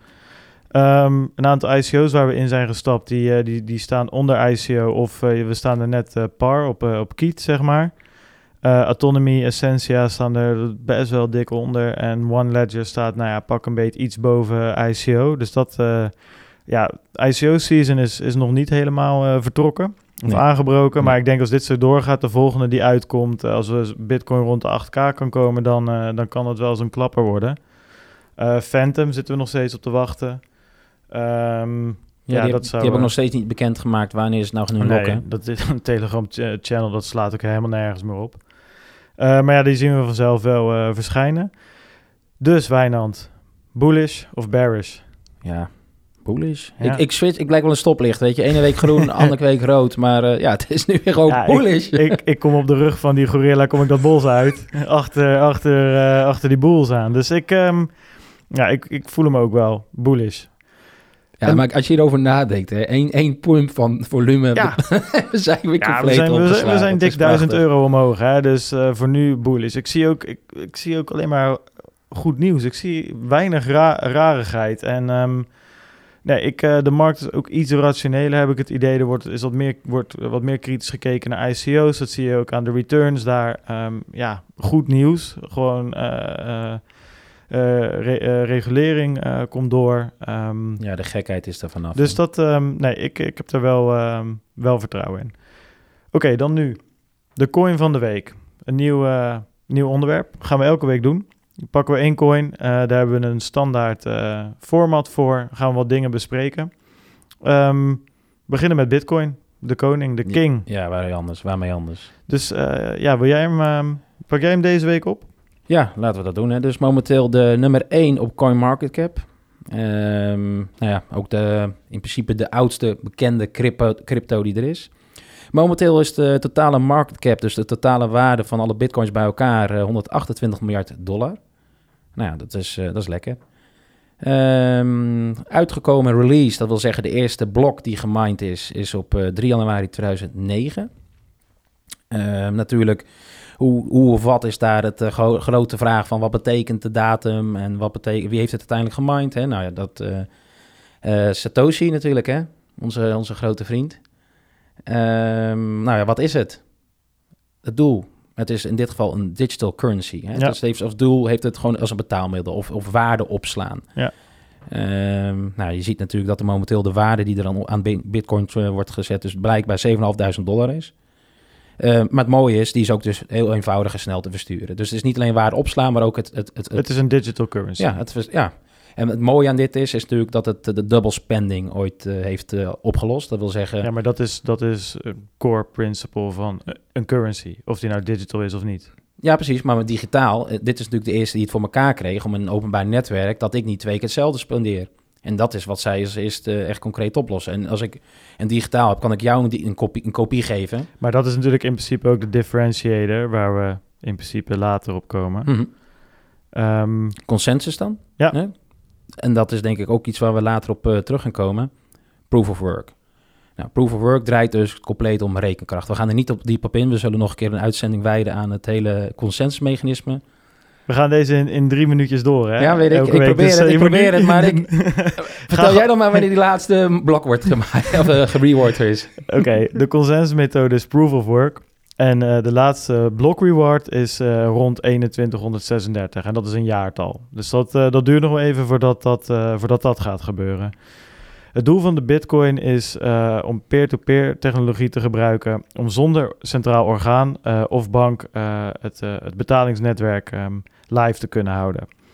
Um, een aantal I C O's waar we in zijn gestapt, die, uh, die, die staan onder I C O of uh, we staan er net uh, par op, uh, op Kiet, zeg maar. Uh, Autonomy, Essentia staan er best wel dik onder. En One Ledger staat, nou ja, pak een beetje iets boven I C O. Dus dat, uh, ja, I C O-season is, is nog niet helemaal uh, vertrokken of nee. aangebroken. Nee. Maar ik denk als dit zo doorgaat, de volgende die uitkomt, uh, als we Bitcoin rond de acht k kan komen, dan, uh, dan kan het wel eens een klapper worden. Uh, Phantom zitten we nog steeds op te wachten. Um, ja, ja, die, dat zou, die hebben nog steeds niet bekendgemaakt wanneer ze het nou gaan nee, unlocken. Dat is een Telegram-channel, dat slaat ook helemaal nergens meer op. Uh, maar ja, die zien we vanzelf wel uh, verschijnen. Dus Wijnand, bullish of bearish? Ja, bullish. Ja. Ik, ik switch, ik blijk wel een stoplicht, weet je. Ene week groen, andere week rood. Maar uh, ja, het is nu weer gewoon ja, bullish. Ik, ik, ik kom op de rug van die gorilla, kom ik dat bos uit. achter, achter, uh, achter die bulls aan. Dus ik, um, ja, ik, ik voel hem ook wel bullish. Ja, en, maar als je hierover nadenkt, hè, één, één pump van volume, ja. we zijn weer ja, compleet we zijn, opgeslagen. We zijn dik duizend euro omhoog, hè, dus uh, voor nu bullish. Ik zie, ook, ik, ik zie ook alleen maar goed nieuws. Ik zie weinig ra- rarigheid. En um, nee, ik, uh, de markt is ook iets rationeler, heb ik het idee. Er wordt, is wat, meer, wordt wat meer kritisch gekeken naar I C O's. Dat zie je ook aan de returns daar. Um, ja, goed nieuws. Gewoon... Uh, uh, Uh, re- uh, regulering uh, komt door. Um, ja, de gekheid is er vanaf. Dus dat, um, nee, ik, ik heb er wel, um, wel vertrouwen in. Oké, okay, dan nu. De coin van de week. Een nieuw, uh, nieuw onderwerp. Gaan we elke week doen. Pakken we één coin. Uh, daar hebben we een standaard uh, format voor. Gaan we wat dingen bespreken. Um, beginnen met Bitcoin. De koning, de king. Ja, waar anders? Waarmee anders? Dus uh, ja, wil jij hem, um, pak jij hem deze week op? Ja, laten we dat doen. Hè. Dus momenteel de nummer één op CoinMarketCap. Um, nou ja, ook de, in principe de oudste bekende crypto, crypto die er is. Momenteel is de totale market cap, dus de totale waarde van alle bitcoins bij elkaar, uh, honderdachtentwintig miljard dollar. Nou ja, dat is, uh, dat is lekker. Um, uitgekomen release, dat wil zeggen de eerste blok die gemined is, is op uh, drie januari tweeduizend negen. Uh, natuurlijk... Hoe, hoe of wat is daar het uh, gro- grote vraag van wat betekent de datum en wat betekent, wie heeft het uiteindelijk gemined? Hè? Nou ja, dat uh, uh, Satoshi natuurlijk, hè? Onze, onze grote vriend. Um, nou ja, wat is het? Het doel. Het is in dit geval een digital currency. Hè? Ja. Dus heeft als doel heeft het gewoon als een betaalmiddel of, of waarde opslaan. Ja. Um, nou, je ziet natuurlijk dat er momenteel de waarde die er dan aan Bitcoin uh, wordt gezet, dus blijkbaar zevenduizijfhonderd dollar is. Uh, maar het mooie is, die is ook dus heel eenvoudig en snel te versturen. Dus het is niet alleen waarde opslaan, maar ook het... Het, het, het, het is een digital currency. Ja, het, ja, en het mooie aan dit is, is natuurlijk dat het de double spending ooit uh, heeft uh, opgelost. Dat wil zeggen... Ja, maar dat is, dat is een core principle van een currency. Of die nou digital is of niet. Ja, precies. Maar met digitaal, uh, dit is natuurlijk de eerste die het voor elkaar kreeg om een openbaar netwerk, dat ik niet twee keer hetzelfde spendeer. En dat is wat zij is, is uh, echt concreet oplossen. En als ik een digitaal heb, kan ik jou een, een, kopie, een kopie geven. Maar dat is natuurlijk in principe ook de differentiator, waar we in principe later op komen. Mm-hmm. Um, Consensus dan? Ja. Nee? En dat is denk ik ook iets waar we later op uh, terug gaan komen. Proof of work. Nou, proof of work draait dus compleet om rekenkracht. We gaan er niet op diep op in. We zullen nog een keer een uitzending wijden aan het hele consensusmechanisme. We gaan deze in, in drie minuutjes door, hè? Ja, weet ik. Elke ik week. probeer dus, het, uh, ik probeer niet... het, maar ik... Vertel jij dan maar wanneer die laatste blok wordt gemaakt, of uh, gereward is. Oké, okay, de consensusmethode is proof of work. En uh, de laatste block reward is uh, rond eenentwintighonderdzesendertig. En dat is een jaartal. Dus dat, uh, dat duurt nog wel even voordat dat, uh, voordat dat gaat gebeuren. Het doel van de Bitcoin is uh, om peer-to-peer technologie te gebruiken, om zonder centraal orgaan uh, of bank uh, het, uh, het betalingsnetwerk um, live te kunnen houden.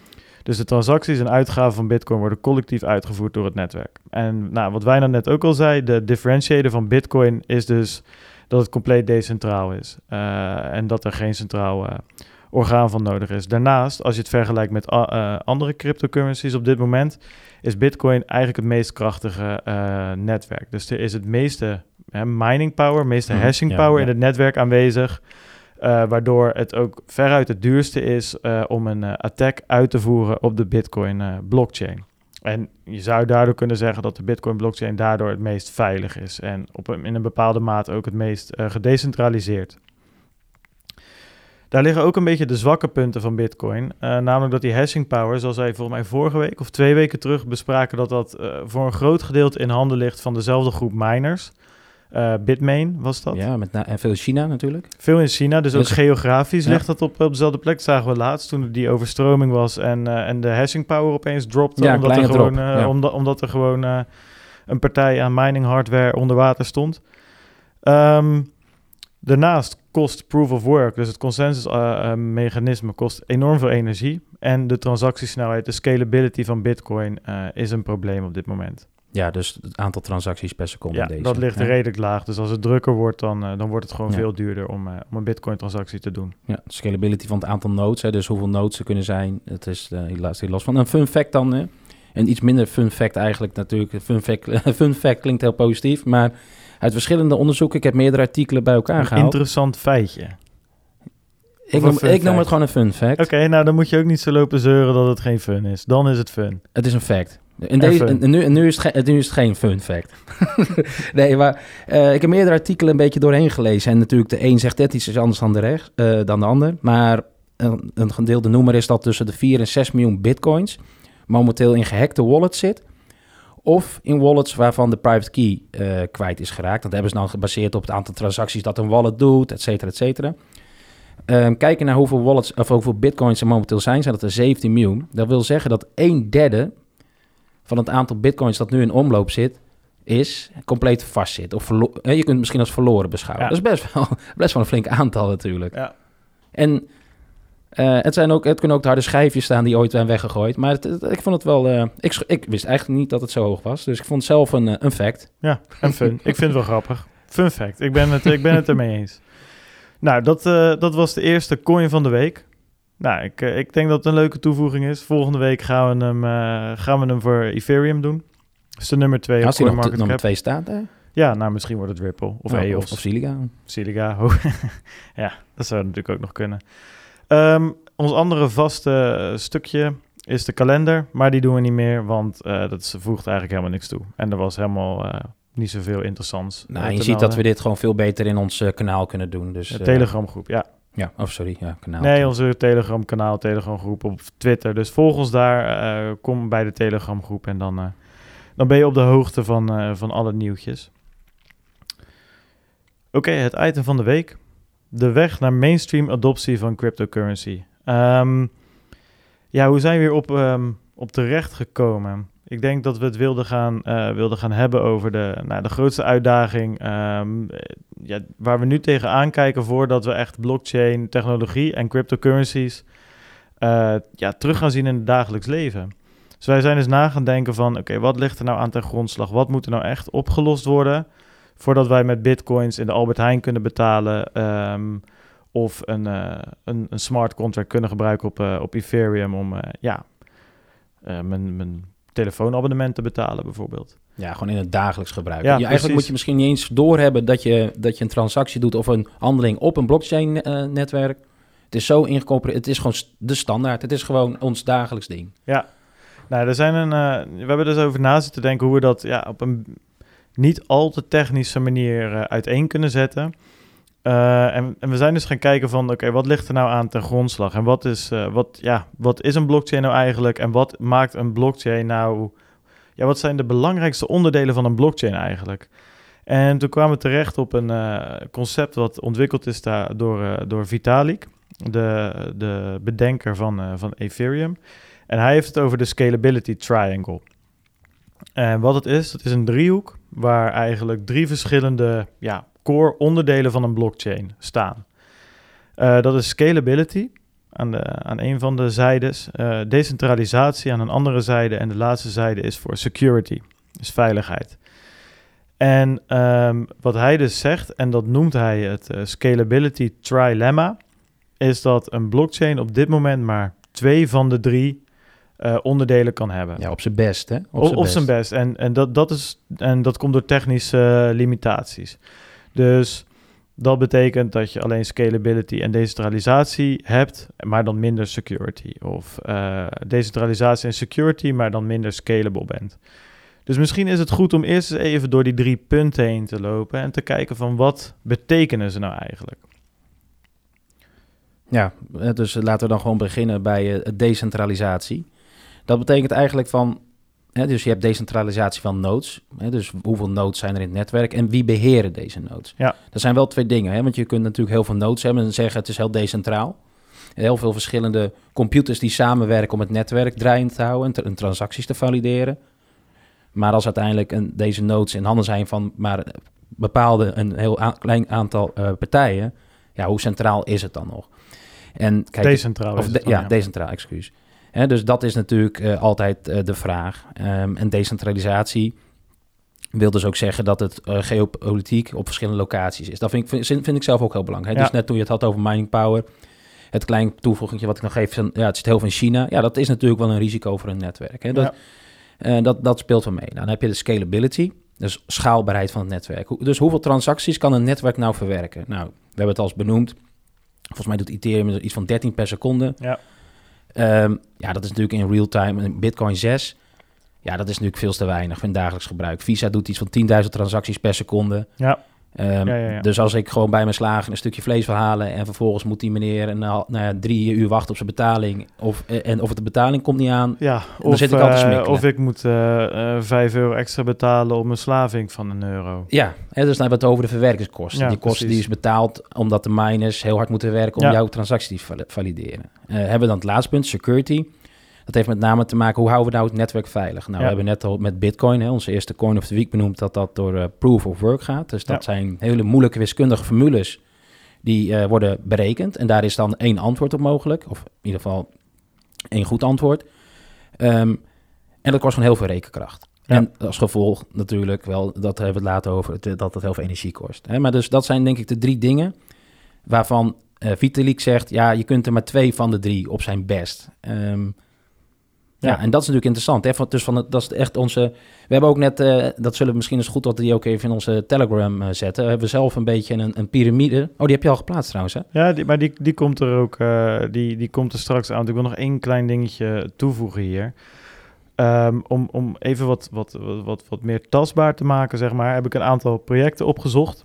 Dus de transacties en uitgaven van Bitcoin worden collectief uitgevoerd door het netwerk. En nou, wat wij net ook al zei, de differentiator van Bitcoin is dus dat het compleet decentraal is. Uh, en dat er geen centraal uh, orgaan van nodig is. Daarnaast, als je het vergelijkt met uh, uh, andere cryptocurrencies op dit moment, is Bitcoin eigenlijk het meest krachtige uh, netwerk. Dus er is het meeste uh, mining power, meeste mm, hashing ja, power ja. in het netwerk aanwezig. Uh, waardoor het ook veruit het duurste is uh, om een uh, attack uit te voeren op de Bitcoin uh, blockchain. En je zou daardoor kunnen zeggen dat de Bitcoin blockchain daardoor het meest veilig is. En op een, in een bepaalde mate ook het meest uh, gedecentraliseerd. Daar liggen ook een beetje de zwakke punten van Bitcoin. Uh, namelijk dat die hashing power, zoals wij volgens mij vorige week of twee weken terug bespraken, dat dat uh, voor een groot gedeelte in handen ligt van dezelfde groep miners. Uh, Bitmain was dat. Ja, met na- en veel in China natuurlijk. Veel in China, dus ook dus, geografisch ja. ligt dat op, op dezelfde plek. Zagen we laatst toen die overstroming was en, uh, en de hashing power opeens dropte. Ja, omdat, er gewoon, drop, uh, ja. omdat, omdat er gewoon uh, een partij aan mining hardware onder water stond. Um, daarnaast kost proof of work, dus het consensus uh, uh, mechanisme, kost enorm veel energie. En de transactiesnelheid, de scalability van Bitcoin uh, is een probleem op dit moment. Ja, dus het aantal transacties per seconde. Ja, deze. dat ligt ja. redelijk laag. Dus als het drukker wordt, dan, uh, dan wordt het gewoon ja. veel duurder om, uh, om een Bitcoin-transactie te doen. Ja, de scalability van het aantal nodes, hè, dus hoeveel nodes er kunnen zijn, het is uh, helaas niet los van. Een fun fact dan, uh, een iets minder fun fact eigenlijk natuurlijk. Fun fact, fun fact klinkt heel positief, maar uit verschillende onderzoeken, ik heb meerdere artikelen bij elkaar een gehaald. Interessant feitje. Ik noem, ik noem het gewoon een fun fact. Oké, okay, nou dan moet je ook niet zo lopen zeuren dat het geen fun is. Dan is het fun. Het is een fact. In deze, en nu, en nu, is het ge, nu is het geen fun fact. nee, maar uh, ik heb meerdere artikelen een beetje doorheen gelezen. En natuurlijk de een zegt net iets anders dan de, recht, uh, dan de ander. Maar een, een gedeelde noemer is dat tussen de vier en zes miljoen bitcoins momenteel in gehackte wallets zit. Of in wallets waarvan de private key uh, kwijt is geraakt. Dat hebben ze dan gebaseerd op het aantal transacties dat een wallet doet, et cetera, et cetera. Um, kijken naar hoeveel wallets of hoeveel bitcoins er momenteel zijn, zijn dat er zeventien miljoen. Dat wil zeggen dat een derde van het aantal bitcoins dat nu in omloop zit, is compleet vast zit. Of verlo- je kunt het misschien als verloren beschouwen. Ja. Dat is best wel, best wel een flink aantal natuurlijk. Ja. En uh, het, zijn ook, het kunnen ook de harde schijfjes staan die ooit zijn weggegooid. Maar het, het, ik vond het wel... Uh, ik, ik wist eigenlijk niet dat het zo hoog was. Dus ik vond het zelf een, een fact. Ja, en fun. Ik vind het wel grappig. Fun fact. Ik ben het, ik ben het ermee eens. Nou, dat, uh, dat was de eerste coin van de week. Nou, ik, uh, ik denk dat het een leuke toevoeging is. Volgende week gaan we hem, uh, gaan we hem voor Ethereum doen. Dat is de nummer twee op Als hij CoinMarketCap. nummer twee staat, hè? Ja, nou, misschien wordt het Ripple of oh, E O S. Of, of Silica. Silica, oh. Ja, dat zou natuurlijk ook nog kunnen. Um, ons andere vaste uh, stukje is de kalender, maar die doen we niet meer, want uh, dat voegt eigenlijk helemaal niks toe. En er was helemaal uh, niet zoveel interessants. Nou, je ziet dat we dit gewoon veel beter in ons uh, kanaal kunnen doen. Dus, de Telegramgroep, ja. Ja, of oh, sorry, ja, kanaal. Nee, onze Telegram-kanaal, Telegramgroep op Twitter. Dus volg ons daar, uh, kom bij de Telegramgroep en dan, uh, dan ben je op de hoogte van, uh, van alle nieuwtjes. Oké, okay, het item van de week. De weg naar mainstream adoptie van cryptocurrency. Um, ja, hoe zijn we hier op, um, op terecht gekomen? Ik denk dat we het wilden gaan, uh, wilden gaan hebben over de, nou, de grootste uitdaging um, ja, waar we nu tegenaan kijken voordat we echt blockchain, technologie en cryptocurrencies uh, ja, terug gaan zien in het dagelijks leven. Dus wij zijn dus na gaan denken van, oké, okay, wat ligt er nou aan ten grondslag? Wat moet er nou echt opgelost worden voordat wij met bitcoins in de Albert Heijn kunnen betalen um, of een, uh, een, een smart contract kunnen gebruiken op, uh, op Ethereum om uh, ja, uh, mijn, mijn telefoonabonnement te betalen bijvoorbeeld. Ja, gewoon in het dagelijks gebruik. Ja, je, eigenlijk moet je misschien niet eens doorhebben dat je, dat je een transactie doet of een handeling op een blockchain-netwerk. Uh, het is zo ingecorporeerd, het is gewoon de standaard. Het is gewoon ons dagelijks ding. Ja, nou, er zijn een, uh, we hebben dus over na zitten denken hoe we dat ja, op een niet al te technische manier uh, uiteen kunnen zetten. Uh, en, en we zijn dus gaan kijken van, oké, okay, wat ligt er nou aan ten grondslag? En wat is, uh, wat, ja, wat is een blockchain nou eigenlijk? En wat maakt een blockchain nou... Ja, wat zijn de belangrijkste onderdelen van een blockchain eigenlijk? En toen kwamen we terecht op een uh, concept wat ontwikkeld is daar door, uh, door Vitalik, de, de bedenker van, uh, van Ethereum. En hij heeft het over de scalability triangle. En wat het is, dat is een driehoek waar eigenlijk drie verschillende ja, core onderdelen van een blockchain staan. Uh, dat is scalability. aan, de, aan een van de zijdes, uh, decentralisatie aan een andere zijde en de laatste zijde is voor security, dus veiligheid. En um, wat hij dus zegt, en dat noemt hij het uh, scalability trilemma, is dat een blockchain op dit moment maar twee van de drie uh, onderdelen kan hebben. Ja, op zijn best, hè? Op, op, op zijn best. En, en, dat, dat is, en dat komt door technische uh, limitaties. Dus dat betekent dat je alleen scalability en decentralisatie hebt, maar dan minder security. Of uh, decentralisatie en security, maar dan minder scalable bent. Dus misschien is het goed om eerst eens even door die drie punten heen te lopen en te kijken van wat betekenen ze nou eigenlijk. Ja, dus laten we dan gewoon beginnen bij uh, decentralisatie. Dat betekent eigenlijk van, hè, dus je hebt decentralisatie van nodes. Hè, dus hoeveel nodes zijn er in het netwerk en wie beheren deze nodes? Ja. Dat zijn wel twee dingen, hè, want je kunt natuurlijk heel veel nodes hebben en zeggen het is heel decentraal. Heel veel verschillende computers die samenwerken om het netwerk draaiend te houden en, tra- en transacties te valideren. Maar als uiteindelijk een, deze nodes in handen zijn van maar bepaalde een heel a- klein aantal uh, partijen, ja, hoe centraal is het dan nog? En kijk, decentraal. Of de, dan, ja, ja, decentraal, excuus. He, dus dat is natuurlijk uh, altijd uh, de vraag. Um, en decentralisatie wil dus ook zeggen dat het uh, geopolitiek op verschillende locaties is. Dat vind ik, vind, vind ik zelf ook heel belangrijk. Ja. Dus net toen je het had over mining power, het klein toevoeging wat ik nog geef, van, ja, het zit heel veel in China. Ja, dat is natuurlijk wel een risico voor een netwerk. Hè. Dat, ja. uh, dat, dat speelt wel mee. Dan heb je de scalability, dus schaalbaarheid van het netwerk. Dus hoeveel transacties kan een netwerk nou verwerken? Nou, we hebben het al eens benoemd. Volgens mij doet Ethereum iets van dertien per seconde. Ja. Um, ja, dat is natuurlijk in real time. En Bitcoin zes, ja, dat is natuurlijk veel te weinig voor dagelijks gebruik. Visa doet iets van tienduizend transacties per seconde. Ja. Um, ja, ja, ja. Dus als ik gewoon bij mijn slager een stukje vlees wil halen en vervolgens moet die meneer een, nou ja, drie uur wachten op zijn betaling of, en of het de betaling komt niet aan, ja, dan of, zit ik altijd uh, of ik moet uh, uh, vijf euro extra betalen op een slaving van een euro. Ja, hè, dus dan hebben we het over de verwerkingskosten. Ja, die kosten precies. die is betaald omdat de miners heel hard moeten werken om ja. jouw transactie te valideren. Uh, hebben we dan het laatste punt, security. Dat heeft met name te maken, hoe houden we nou het netwerk veilig? Nou, ja. we hebben net al met Bitcoin, hè, onze eerste coin of the week benoemd, dat dat door uh, proof of work gaat. Dus dat ja. zijn hele moeilijke wiskundige formules die uh, worden berekend. En daar is dan één antwoord op mogelijk, of in ieder geval één goed antwoord. Um, en dat kost van heel veel rekenkracht. Ja. En als gevolg natuurlijk wel, dat hebben we het later over, dat het heel veel energie kost. Hè? Maar dus dat zijn denk ik de drie dingen waarvan uh, Vitalik zegt, ja, je kunt er maar twee van de drie op zijn best. Um, Ja, ja, en dat is natuurlijk interessant. Hè? Van, dus van het, dat is echt onze. We hebben ook net, uh, dat zullen we misschien eens goed dat we die ook even in onze Telegram uh, zetten. We hebben zelf een beetje een, een piramide. Oh, die heb je al geplaatst trouwens, hè? Ja, die, maar die, die komt er ook. Uh, die, die komt er straks aan. Ik wil nog één klein dingetje toevoegen hier. Um, om, om even wat, wat, wat, wat meer tastbaar te maken, zeg maar, heb ik een aantal projecten opgezocht.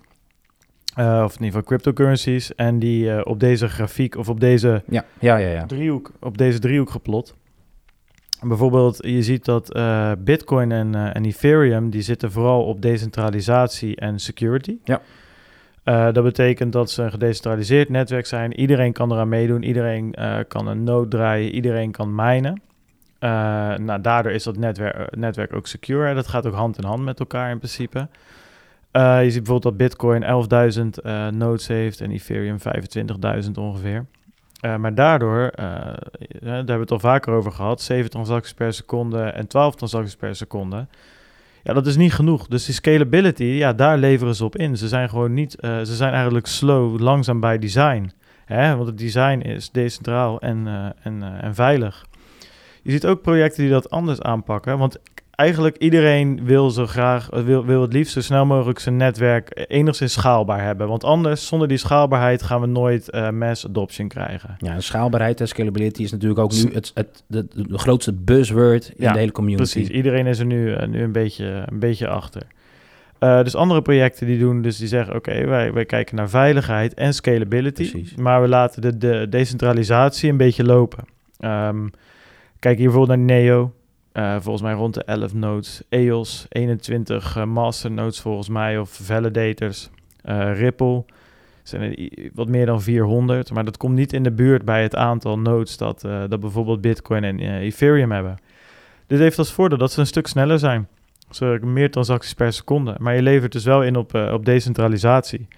Uh, of in ieder geval cryptocurrencies. En die uh, op deze grafiek of op deze ja, ja, ja, ja. driehoek, op deze driehoek geplot. Bijvoorbeeld, je ziet dat uh, Bitcoin en, uh, en Ethereum, die zitten vooral op decentralisatie en security. Ja. Uh, dat betekent dat ze een gedecentraliseerd netwerk zijn. Iedereen kan eraan meedoen, iedereen uh, kan een node draaien, iedereen kan minen. Uh, nou, daardoor is dat netwerk, netwerk ook secure. Dat gaat ook hand in hand met elkaar in principe. Uh, je ziet bijvoorbeeld dat Bitcoin elfduizend uh, nodes heeft en Ethereum vijfentwintigduizend ongeveer. Uh, maar daardoor, uh, daar hebben we het al vaker over gehad, zeven transacties per seconde en twaalf transacties per seconde. Ja, dat is niet genoeg. Dus die scalability, ja, daar leveren ze op in. Ze zijn gewoon niet, uh, ze zijn eigenlijk slow, langzaam bij design. Hè? Want het design is decentraal en, uh, en, uh, en veilig. Je ziet ook projecten die dat anders aanpakken, want eigenlijk iedereen wil zo graag, wil, wil het liefst zo snel mogelijk zijn netwerk enigszins schaalbaar hebben. Want anders, zonder die schaalbaarheid, gaan we nooit uh, mass adoption krijgen. Ja, schaalbaarheid en scalability is natuurlijk ook nu het, het, de, de grootste buzzword in ja, de hele community. Precies, iedereen is er nu, uh, nu een, beetje, een beetje achter. Uh, dus andere projecten die doen, dus die zeggen, oké, okay, wij, wij kijken naar veiligheid en scalability, precies. Maar we laten de, de decentralisatie een beetje lopen. Um, kijk hier bijvoorbeeld naar Neo. Uh, volgens mij rond de elf nodes, E O S, eenentwintig uh, masternodes volgens mij, of validators, uh, Ripple, zijn er wat meer dan vierhonderd, maar dat komt niet in de buurt bij het aantal nodes dat, uh, dat bijvoorbeeld Bitcoin en uh, Ethereum hebben. Dit heeft als voordeel dat ze een stuk sneller zijn, zo meer transacties per seconde, maar je levert dus wel in op, uh, op decentralisatie.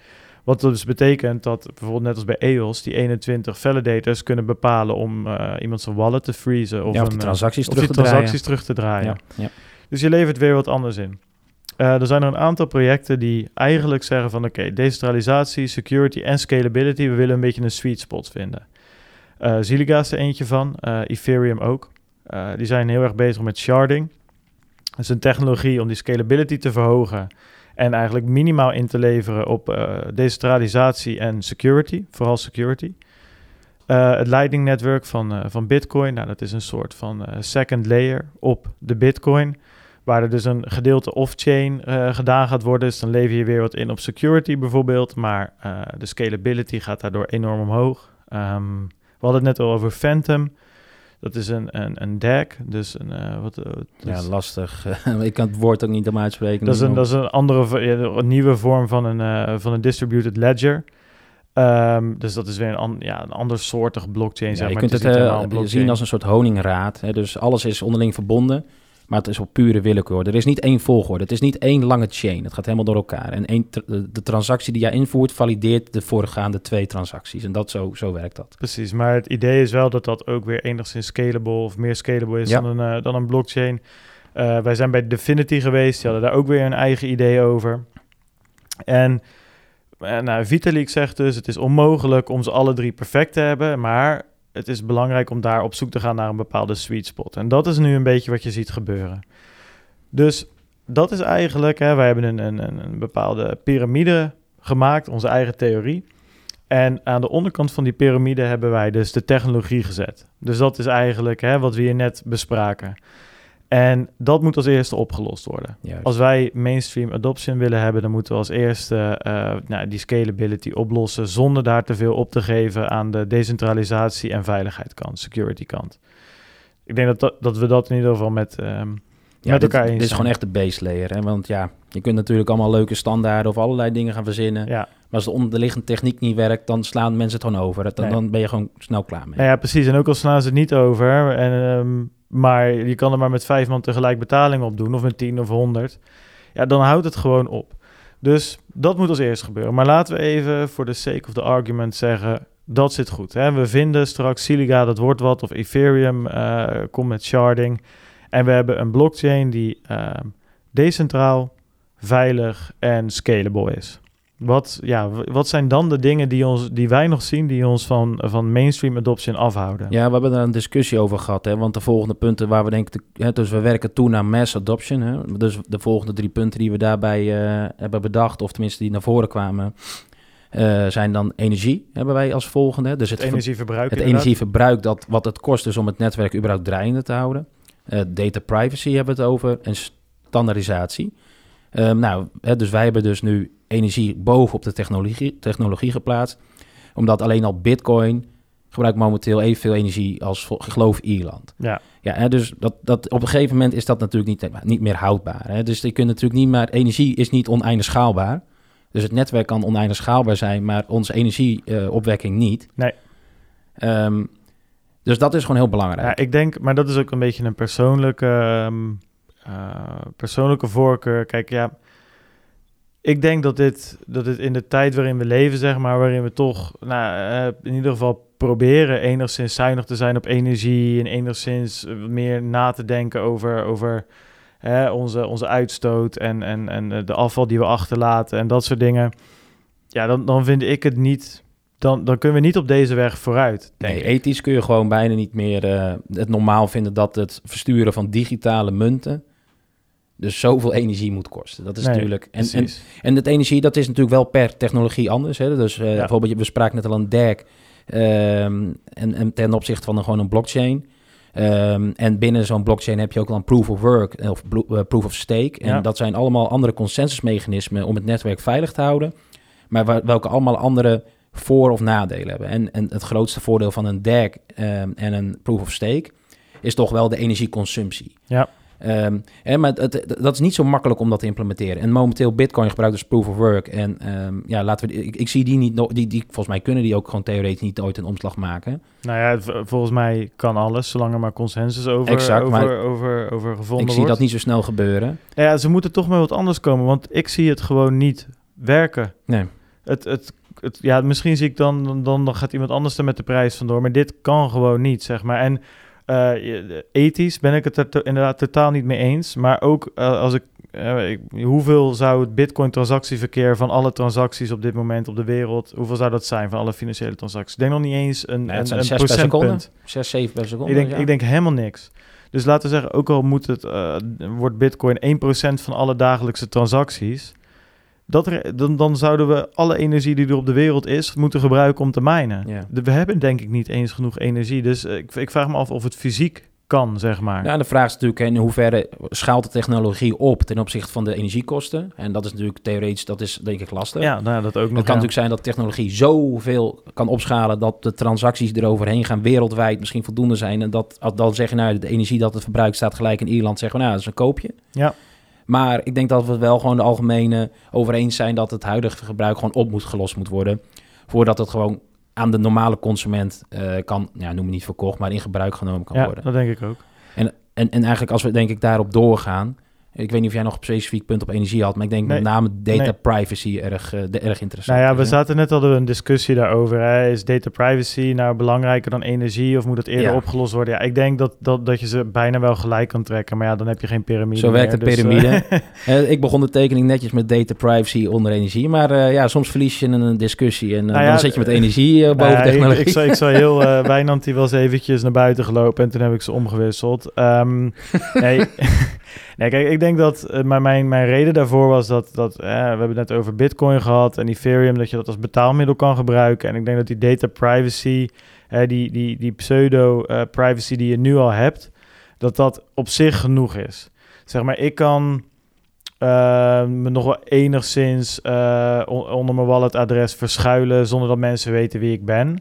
Wat dus betekent dat bijvoorbeeld net als bij E O S... die eenentwintig validators kunnen bepalen om uh, iemand zijn wallet te freezen... of, ja, of een, de transacties, of terug, die te transacties draaien. terug te draaien. Ja, ja. Dus je levert weer wat anders in. Uh, er zijn er een aantal projecten die eigenlijk zeggen van... oké, okay, decentralisatie, security en scalability... we willen een beetje een sweet spot vinden. Uh, Zilliqa is er eentje van, uh, Ethereum ook. Uh, die zijn heel erg bezig met sharding. Dat is een technologie om die scalability te verhogen... en eigenlijk minimaal in te leveren op uh, decentralisatie en security, vooral security. Uh, het Lightning Network van, uh, van Bitcoin, nou, dat is een soort van uh, second layer op de Bitcoin... waar er dus een gedeelte off-chain uh, gedaan gaat worden. Dus dan lever je weer wat in op security bijvoorbeeld. Maar uh, de scalability gaat daardoor enorm omhoog. Um, we hadden het net al over Phantom. Dat is een, een, een D A G. Dus een, uh, wat, uh, ja, is... lastig. Ik kan het woord ook niet om uitspreken. Dat is een, dat is een andere, een nieuwe vorm van een, uh, van een distributed ledger. Um, dus dat is weer een, an, ja, een ander soortig blockchain. Ja, zeg je maar. kunt het, het uh, zien als een soort honingraad. Hè? Dus alles is onderling verbonden. Maar het is op pure willekeur. Er is niet één volgorde. Het is niet één lange chain. Het gaat helemaal door elkaar. En één tra- de transactie die jij invoert... valideert de voorgaande twee transacties. En dat zo, zo werkt dat. Precies, maar het idee is wel dat dat ook weer enigszins scalable... of meer scalable is ja. dan, een, uh, dan een blockchain. Uh, wij zijn bij Dfinity geweest. Die hadden daar ook weer een eigen idee over. En uh, nou, Vitalik zegt dus... het is onmogelijk om ze alle drie perfect te hebben... maar... het is belangrijk om daar op zoek te gaan naar een bepaalde sweet spot. En dat is nu een beetje wat je ziet gebeuren. Dus dat is eigenlijk... Hè, wij hebben een, een, een bepaalde piramide gemaakt, onze eigen theorie. En aan de onderkant van die piramide hebben wij dus de technologie gezet. Dus dat is eigenlijk hè, wat we hier net bespraken. En dat moet als eerste opgelost worden. Juist. Als wij mainstream adoption willen hebben... dan moeten we als eerste uh, nou, die scalability oplossen... zonder daar te veel op te geven aan de decentralisatie en veiligheidskant, security kant. Ik denk dat, dat, dat we dat in ieder geval met, um, ja, met dit, elkaar eens zijn. Dit is gewoon echt de base layer. Hè? Want ja, je kunt natuurlijk allemaal leuke standaarden... of allerlei dingen gaan verzinnen. Ja. Maar als de onderliggende techniek niet werkt... dan slaan mensen het gewoon over. Dan, nee. dan ben je gewoon snel klaar mee. Nou ja, precies. En ook al slaan ze het niet over... En, um, maar je kan er maar met vijf man tegelijk betaling op doen... of met tien of honderd. Ja, dan houdt het gewoon op. Dus dat moet als eerst gebeuren. Maar laten we even voor de sake of the argument zeggen... dat zit goed. Hè? We vinden straks Zilliqa, dat wordt wat... of Ethereum uh, komt met sharding. En we hebben een blockchain die uh, decentraal, veilig en scalable is. Wat, ja, wat zijn dan de dingen die, ons, die wij nog zien... die ons van, van mainstream adoption afhouden? Ja, we hebben daar een discussie over gehad. Hè? Want de volgende punten waar we denken... Te, hè, dus we werken toe naar mass adoption. Hè? Dus de volgende drie punten die we daarbij uh, hebben bedacht... of tenminste die naar voren kwamen... Uh, zijn dan energie, hebben wij als volgende. Dus het, het energieverbruik. Het energieverbruik, dat, wat het kost dus om het netwerk überhaupt draaiende te houden. Uh, data privacy hebben we het over. En standaardisatie. Um, nou, hè, dus wij hebben dus nu energie bovenop de technologie, technologie geplaatst. Omdat alleen al Bitcoin gebruikt momenteel evenveel energie als, geloof Ierland. Ja. Ja, hè, dus dat, dat, op een gegeven moment is dat natuurlijk niet, niet meer houdbaar. Hè? Dus je kunt natuurlijk niet meer... Energie is niet oneindig schaalbaar. Dus het netwerk kan oneindig schaalbaar zijn, maar onze energieopwekking uh, niet. Nee. Um, dus dat is gewoon heel belangrijk. Ja, ik denk, maar dat is ook een beetje een persoonlijke, um, uh, persoonlijke voorkeur. Kijk, ja, ik denk dat dit, dat dit in de tijd waarin we leven, zeg maar, waarin we toch, nou, uh, in ieder geval proberen enigszins zuinig te zijn op energie en enigszins meer na te denken over... over Hè, onze, onze uitstoot en, en, en de afval die we achterlaten en dat soort dingen. Ja, dan, dan vind ik het niet... Dan, dan kunnen we niet op deze weg vooruit, denk nee, ik. Ethisch kun je gewoon bijna niet meer uh, het normaal vinden... dat het versturen van digitale munten... dus zoveel energie moet kosten. Dat is nee, natuurlijk... En, en, en het energie, dat is natuurlijk wel per technologie anders. Hè? Dus uh, ja. bijvoorbeeld, we spraken net al een D A G... Um, en, en ten opzichte van een, gewoon een blockchain... Um, en binnen zo'n blockchain heb je ook al een proof of work of uh, proof of stake. En ja. dat zijn allemaal andere consensusmechanismen om het netwerk veilig te houden. Maar waar, welke allemaal andere voor- of nadelen hebben. En, en het grootste voordeel van een D A G um, en een proof of stake is toch wel de energieconsumptie. Ja. Um, hè, maar het, het, dat is niet zo makkelijk om dat te implementeren. En momenteel Bitcoin gebruikt dus proof of work. En um, ja, laten we, ik, ik zie die niet, no- die, die, volgens mij kunnen die ook gewoon theoretisch niet ooit een omslag maken. Nou ja, v- volgens mij kan alles, zolang er maar consensus over, exact, over, over, over, over gevonden wordt. Ik zie dat niet zo snel gebeuren. Ja, ze moeten toch met wat anders komen, want ik zie het gewoon niet werken. Nee. het, het, het, ja, misschien zie ik dan, dan, dan gaat iemand anders er met de prijs vandoor. Maar dit kan gewoon niet, zeg maar. En uh, ethisch ben ik het er to- inderdaad totaal niet mee eens. Maar ook uh, als ik, uh, ik... Hoeveel zou het Bitcoin-transactieverkeer van alle transacties op dit moment op de wereld... Hoeveel zou dat zijn van alle financiële transacties? Ik denk nog niet eens een, Nee, het een, zijn een zes per seconde. procentpunt. Zes, zeven per seconde. Ik denk, ja. ik denk helemaal niks. Dus laten we zeggen, ook al moet het, uh, wordt Bitcoin één procent van alle dagelijkse transacties... Dat er, dan, dan zouden we alle energie die er op de wereld is... moeten gebruiken om te minen. Ja. De, we hebben denk ik niet eens genoeg energie. Dus uh, ik, ik vraag me af of het fysiek kan, zeg maar. Ja, de vraag is natuurlijk in hoeverre schaalt de technologie op... ten opzichte van de energiekosten. En dat is natuurlijk theoretisch, dat is denk ik lastig. Ja, nou, dat ook nog. Het kan ja. natuurlijk zijn dat technologie zoveel kan opschalen... dat de transacties eroverheen gaan wereldwijd misschien voldoende zijn. En dat dan zeggen, nou, de energie dat het verbruikt staat gelijk in Ierland... zeggen we, nou, dat is een koopje. Ja. Maar ik denk dat we wel gewoon de algemene over eens zijn... dat het huidige gebruik gewoon op moet gelost moet worden... voordat het gewoon aan de normale consument uh, kan... ja, noem het niet verkocht, maar in gebruik genomen kan ja, worden. dat denk ik ook. En, en, en eigenlijk als we denk ik daarop doorgaan... ik weet niet of jij nog een specifiek punt op energie had... maar ik denk nee, met name data nee. privacy erg, uh, de, erg interessant. Nou ja, we is, zaten net al een discussie daarover. Hè. Is data privacy nou belangrijker dan energie... of moet het eerder ja. opgelost worden? Ja, ik denk dat, dat, dat je ze bijna wel gelijk kan trekken... maar ja, dan heb je geen piramide Zo werkt de meer, piramide. Dus, uh... uh, ik begon de tekening netjes met data privacy onder energie... maar uh, ja, soms verlies je in een discussie... en uh, nou ja, dan zit je met energie uh, boven nou ja, technologie. Ik, ik, zou, ik zou heel... Uh, Wijnand die was eventjes naar buiten gelopen... en toen heb ik ze omgewisseld. Um, nee... Nee, kijk, ik denk dat uh, maar mijn, mijn reden daarvoor was dat, dat uh, we hebben het net over Bitcoin gehad en Ethereum, dat je dat als betaalmiddel kan gebruiken. En ik denk dat die data privacy, uh, die, die, die pseudo uh, privacy die je nu al hebt, dat dat op zich genoeg is. Zeg maar, ik kan uh, me nog wel enigszins uh, on- onder mijn walletadres verschuilen zonder dat mensen weten wie ik ben.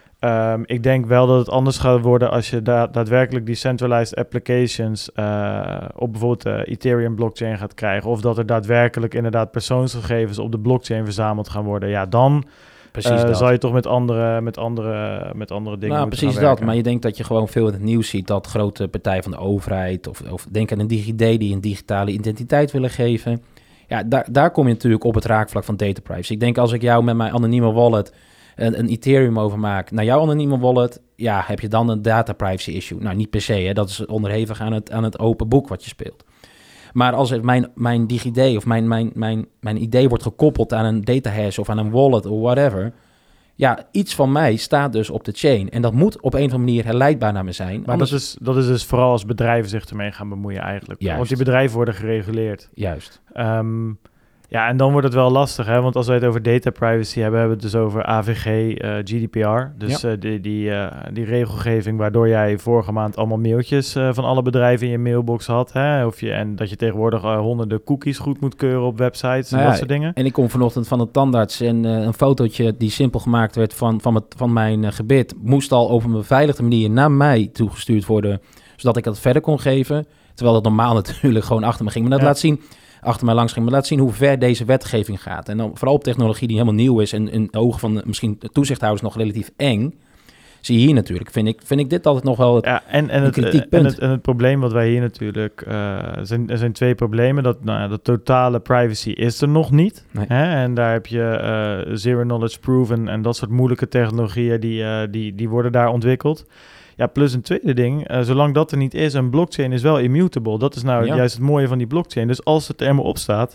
Um, ik denk wel dat het anders gaat worden als je da- daadwerkelijk decentralized applications uh, op bijvoorbeeld de Ethereum blockchain gaat krijgen. Of dat er daadwerkelijk inderdaad persoonsgegevens op de blockchain verzameld gaan worden. Ja, dan uh, zal je toch met andere, met andere, met andere dingen nou, moeten precies gaan dat. werken. Maar je denkt dat je gewoon veel in het nieuws ziet dat grote partijen van de overheid... of, of denk aan een DigiD die een digitale identiteit willen geven. Ja, daar, daar kom je natuurlijk op het raakvlak van data privacy. Ik denk als ik jou met mijn anonieme wallet... Een, een Ethereum overmaak naar jouw anonieme wallet... ja, heb je dan een data privacy issue? Nou, niet per se, hè. Dat is onderhevig aan het, aan het open boek wat je speelt. Maar als het mijn, mijn DigiD of mijn, mijn, mijn, mijn idee wordt gekoppeld aan een data hash... of aan een wallet of whatever... ja, iets van mij staat dus op de chain. En dat moet op een of andere manier herleidbaar naar me zijn. Maar Anders... dat, is, dat is dus vooral als bedrijven zich ermee gaan bemoeien eigenlijk. Juist. Want die bedrijven worden gereguleerd. Juist. Um, Ja, en dan wordt het wel lastig, hè? Want als wij het over data privacy hebben, hebben we het dus over A V G, uh, G D P R. Dus ja. uh, die, die, uh, die regelgeving waardoor jij vorige maand allemaal mailtjes uh, van alle bedrijven in je mailbox had. Hè? Of je, en dat je tegenwoordig uh, honderden cookies goed moet keuren op websites nou en dat ja, soort dingen. En ik kom vanochtend van de tandarts en uh, een fotootje die simpel gemaakt werd van, van, het, van mijn uh, gebit, moest al op een beveiligde manier naar mij toegestuurd worden, zodat ik het verder kon geven. Terwijl dat normaal natuurlijk gewoon achter me ging. Maar dat ja. laat zien... achter mij langs ging, maar laat zien hoe ver deze wetgeving gaat. En dan vooral op technologie die helemaal nieuw is en in de ogen van misschien toezichthouders nog relatief eng, zie je hier natuurlijk, vind ik, vind ik dit altijd nog wel het, ja, en, en, een het, kritiekpunt. En het, en het probleem wat wij hier natuurlijk, uh, zijn, er zijn twee problemen. Dat, nou ja, de totale privacy is er nog niet. Nee. Hè? En daar heb je uh, zero knowledge proven en dat soort moeilijke technologieën, die, uh, die, die worden daar ontwikkeld. Ja, plus een tweede ding, uh, zolang dat er niet is, een blockchain is wel immutable. Dat is nou ja. juist het mooie van die blockchain. Dus als het er eenmaal op staat,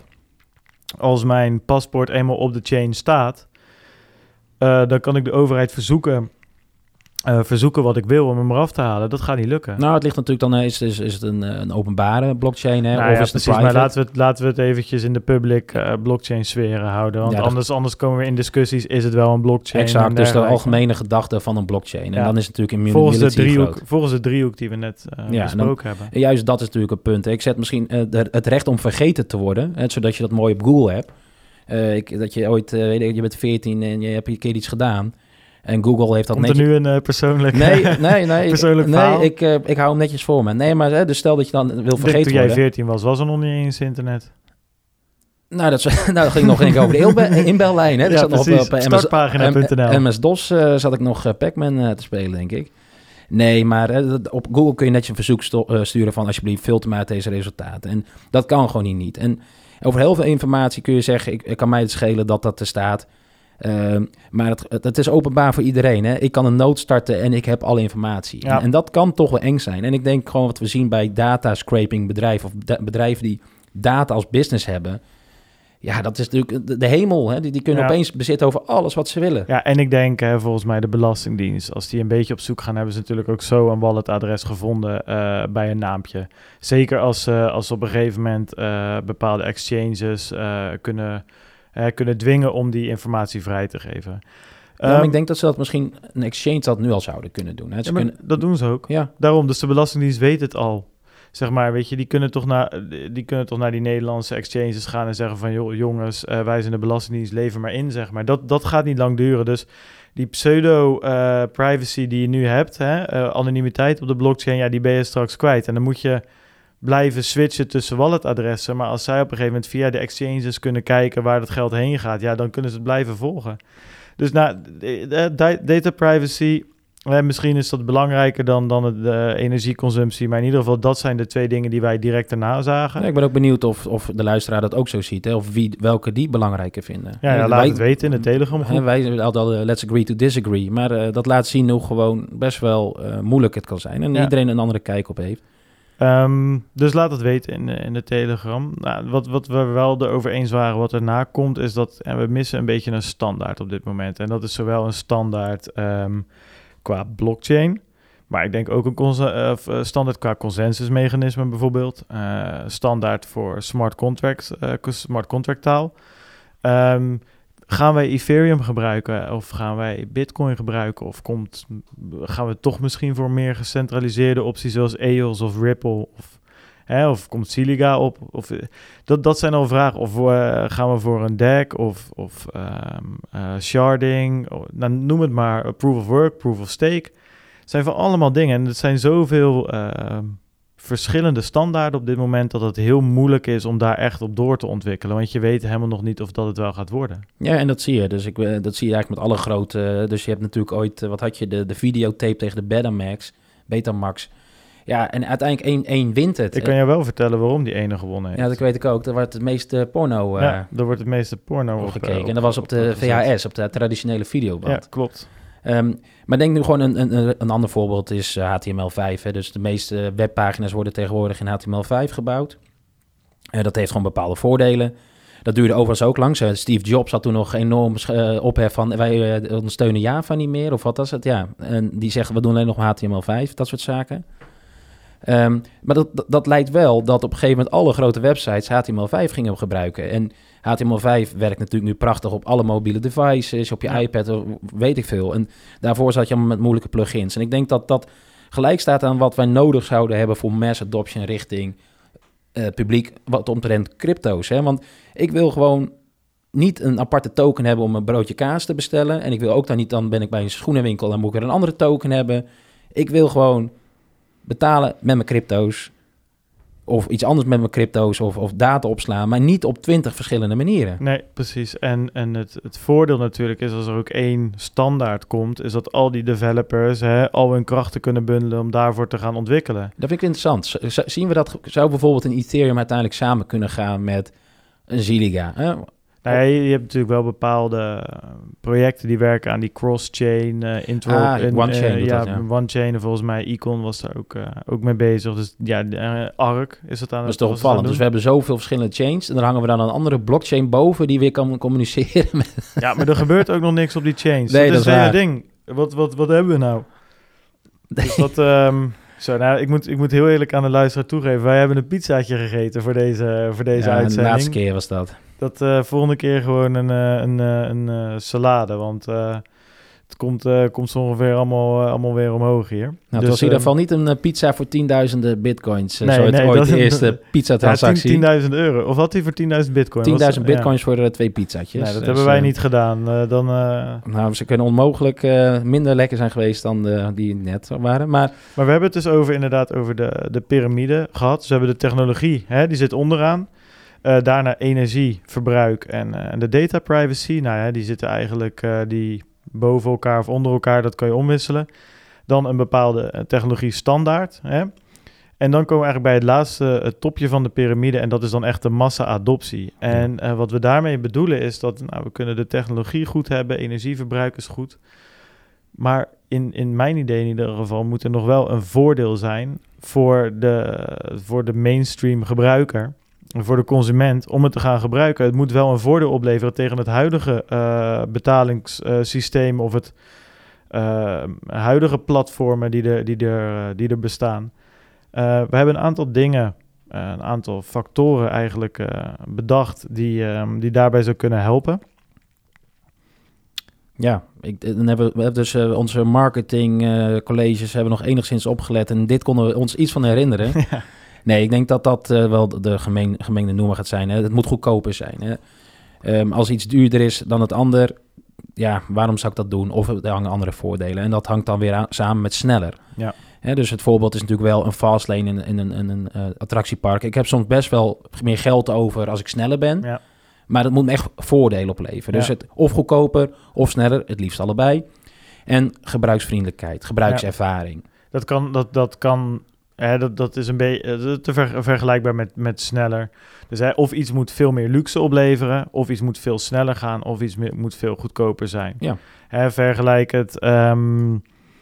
als mijn paspoort eenmaal op de chain staat, uh, dan kan ik de overheid verzoeken, uh, verzoeken wat ik wil om hem eraf te halen. Dat gaat niet lukken. Nou, het ligt natuurlijk dan, is, is, is het een, een openbare blockchain, hè? Nou of ja, is het precies, private? maar laten we, het, laten we het eventjes in de public uh, blockchain sferen houden. Want ja, dat... anders, anders komen we in discussies, is het wel een blockchain? Exact, dus de algemene gedachte van een blockchain. Ja. En dan is het natuurlijk volgens de driehoek, volgens de driehoek die we net uh, ja, besproken dan, hebben. En juist dat is natuurlijk een punt. Hè. Ik zet misschien uh, de, het recht om vergeten te worden, hè, zodat je dat mooi op Google hebt. Uh, ik, dat je ooit, uh, weet je, je bent veertien en je hebt een keer iets gedaan. En Google heeft dat Komt netjes... er nu een uh, persoonlijk, nee, nee, nee, persoonlijk nee, verhaal? ik, uh, ik hou hem netjes voor me. Nee, maar hè, dus stel dat je dan wil vergeten worden. Toen jij veertien was, was er nog niet eens internet? Nou, dat, nou, dat ging nog denk ik over de inbe- inbellijn. Hè. Ja, zat precies. Nog op, op startpagina punt n l. M S DOS uh, zat ik nog uh, Pac-Man uh, te spelen, denk ik. Nee, maar uh, op Google kun je netjes een verzoek sto- uh, sturen van alsjeblieft filter mij uit deze resultaten. En dat kan gewoon hier niet. En over heel veel informatie kun je zeggen, ik, ik kan mij het schelen dat dat er staat. Uh, maar het, het, het is openbaar voor iedereen. Hè? Ik kan een node starten en ik heb alle informatie. Ja. En, en dat kan toch wel eng zijn. En ik denk gewoon wat we zien bij data scraping bedrijven... of da- bedrijven die data als business hebben... Ja, dat is natuurlijk de, de hemel. Hè? Die, die kunnen ja. opeens bezitten over alles wat ze willen. Ja, en ik denk hè, volgens mij de Belastingdienst... als die een beetje op zoek gaan... hebben ze natuurlijk ook zo een walletadres gevonden... Uh, bij een naampje. Zeker als, uh, als op een gegeven moment... Uh, bepaalde exchanges uh, kunnen, uh, kunnen dwingen... om die informatie vrij te geven. Ja, maar um, ik denk dat ze dat misschien... een exchange dat nu al zouden kunnen doen. Hè? Ze ja, maar kunnen... dat doen ze ook. Ja. Daarom, dus de Belastingdienst weet het al... Zeg maar, weet je, die kunnen toch naar die kunnen toch naar die Nederlandse exchanges gaan en zeggen van, joh, jongens, uh, wij zijn de Belastingdienst, lever maar in, zeg maar. Dat, dat gaat niet lang duren. Dus die pseudo-privacy uh, die je nu hebt, hè, uh, anonimiteit op de blockchain, ja, die ben je straks kwijt. En dan moet je blijven switchen tussen walletadressen. Maar als zij op een gegeven moment via de exchanges kunnen kijken waar dat geld heen gaat, ja, dan kunnen ze het blijven volgen. Dus nou, data privacy... Eh, misschien is dat belangrijker dan, dan de energieconsumptie. Maar in ieder geval, dat zijn de twee dingen die wij direct erna zagen. Ja, ik ben ook benieuwd of, of de luisteraar dat ook zo ziet. Hè? Of wie, welke die belangrijker vinden. Ja, ja, laat wij, het weten in de Telegram groep. Wij hebben altijd let's agree to disagree. Maar uh, dat laat zien hoe gewoon best wel uh, moeilijk het kan zijn. En ja. iedereen een andere kijk op heeft. Um, dus laat het weten in de, in de Telegram. Nou, wat, wat we wel erover eens waren, wat erna komt, is dat en we missen een beetje een standaard op dit moment. En dat is zowel een standaard... Um, qua blockchain, maar ik denk ook een cons- uh, standaard qua consensusmechanisme bijvoorbeeld. Uh, standaard voor smart contracts, uh, smart contract taal. Um, gaan wij Ethereum gebruiken of gaan wij Bitcoin gebruiken? Of komt, gaan we toch misschien voor meer gecentraliseerde opties zoals E O S of Ripple? Of, hè, of komt Siliga op? Of, dat, dat zijn al vragen. Of uh, gaan we voor een D E C of, of um, uh, sharding? Of, nou, noem het maar. Proof of work, proof of stake. Het zijn van allemaal dingen. En het zijn zoveel uh, verschillende standaarden op dit moment... dat het heel moeilijk is om daar echt op door te ontwikkelen. Want je weet helemaal nog niet of dat het wel gaat worden. Ja, en dat zie je. Dus ik, dat zie je eigenlijk met alle grote... Dus je hebt natuurlijk ooit... Wat had je? De, de videotape tegen de Betamax. Betamax. Ja, en uiteindelijk één, één wint het. Ik kan je wel vertellen waarom die ene gewonnen heeft. Ja, dat weet ik ook. Daar wordt het meeste porno... Uh, ja, daar wordt het meeste porno op gekeken. Op, en dat was op de op V H S, op de traditionele videoband. Ja, klopt. Um, maar denk nu gewoon een, een, een ander voorbeeld is uh, H T M L vijf. Hè. Dus de meeste webpagina's worden tegenwoordig in H T M L vijf gebouwd. Uh, dat heeft gewoon bepaalde voordelen. Dat duurde overigens ook lang. Uh, Steve Jobs had toen nog enorm uh, ophef van... wij uh, ondersteunen Java niet meer, of wat was het? Ja, en die zeggen we doen alleen nog H T M L vijf, dat soort zaken. Um, maar dat, dat, dat leidt wel dat op een gegeven moment alle grote websites H T M L vijf gingen gebruiken. En H T M L vijf werkt natuurlijk nu prachtig op alle mobiele devices, op je ja. iPad, weet ik veel. En daarvoor zat je allemaal met moeilijke plugins. En ik denk dat dat gelijk staat aan wat wij nodig zouden hebben voor mass adoption richting uh, publiek wat omtrent crypto's. Hè? Want ik wil gewoon niet een aparte token hebben om een broodje kaas te bestellen. En ik wil ook dan niet, dan ben ik bij een schoenenwinkel en moet ik er een andere token hebben. Ik wil gewoon betalen met mijn crypto's of iets anders met mijn crypto's of, of data opslaan, maar niet op twintig verschillende manieren. Nee, precies. En, en het, het voordeel natuurlijk is als er ook één standaard komt, is dat al die developers hè, al hun krachten kunnen bundelen om daarvoor te gaan ontwikkelen. Dat vind ik interessant. Z- zien we dat, zou bijvoorbeeld een Ethereum uiteindelijk samen kunnen gaan met een Zilliqa? Hè? Nou ja, je hebt natuurlijk wel bepaalde projecten die werken aan die cross-chain, uh, intro, ah, in, OneChain. Uh, ja, dat, ja. OneChain en volgens mij Econ was daar ook, uh, ook mee bezig. Dus ja, uh, Arc is het aan. Dat is toch opvallend. Dus we hebben zoveel verschillende chains en dan hangen we dan een andere blockchain boven die weer kan communiceren met... Ja, maar er gebeurt ook nog niks op die chains. Nee, dat, dat is het hele ding. Wat, wat, wat hebben we nou? Dus dat... Um, Zo, nou, ik moet, ik moet heel eerlijk aan de luisteraar toegeven. Wij hebben een pizzaatje gegeten voor deze, voor deze ja, uitzending. De laatste keer was dat. Dat uh, volgende keer gewoon een, uh, een, uh, een uh, salade, want uh, het komt, uh, komt zo ongeveer allemaal, uh, allemaal weer omhoog hier. Nou, dus, het was in ieder geval uh, niet een uh, pizza voor tienduizenden bitcoins. Uh, nee, zo het nee, ooit dat de is eerste een, pizzatransactie. Ja, tienduizend euro. Of had hij voor tienduizend bitcoin? tienduizend was, bitcoins ja. voor uh, twee pizzaatjes. Nee, dat dus, hebben wij uh, niet gedaan. Uh, dan, uh... Nou, ze kunnen onmogelijk uh, minder lekker zijn geweest dan de, die net waren. Maar, maar we hebben het dus over inderdaad over de, de piramide gehad. Dus we hebben de technologie, hè, die zit onderaan. Uh, daarna energieverbruik en, uh, en de data privacy. Nou ja, die zitten eigenlijk uh, die boven elkaar of onder elkaar. Dat kan je omwisselen. Dan een bepaalde uh, technologie standaard. Hè? En dan komen we eigenlijk bij het laatste, het topje van de piramide. En dat is dan echt de massa-adoptie. En uh, wat we daarmee bedoelen is dat nou, we kunnen de technologie goed hebben, energieverbruik is goed. Maar in, in mijn idee in ieder geval moet er nog wel een voordeel zijn voor de, voor de mainstream gebruiker, voor de consument, om het te gaan gebruiken. Het moet wel een voordeel opleveren tegen het huidige uh, betalingssysteem uh, of het uh, huidige platformen die er, die er, die er bestaan. Uh, we hebben een aantal dingen, uh, een aantal factoren eigenlijk uh, bedacht die, uh, die daarbij zou kunnen helpen. Ja, ik, dan hebben we, we hebben dus uh, onze marketing uh, colleges hebben nog enigszins opgelet en dit konden we ons iets van herinneren. Ja. Nee, ik denk dat dat uh, wel de gemeen, gemeene noemer gaat zijn. Hè. Het moet goedkoper zijn. Hè. Um, als iets duurder is dan het ander, ja, waarom zou ik dat doen? Of er hangen andere voordelen. En dat hangt dan weer aan, samen met sneller. Ja. Hè, dus het voorbeeld is natuurlijk wel een fastlane in, in, in, in een uh, attractiepark. Ik heb soms best wel meer geld over als ik sneller ben. Ja. Maar dat moet me echt voordelen opleveren. Dus ja. het of goedkoper of sneller, het liefst allebei. En gebruiksvriendelijkheid, gebruikservaring. Ja. Dat kan... Dat, dat kan... Hè, dat, dat is een beetje te ver, vergelijkbaar met, met sneller. Dus hè, of iets moet veel meer luxe opleveren, of iets moet veel sneller gaan, of iets meer, moet veel goedkoper zijn. Ja. Hè, vergelijk het... Um,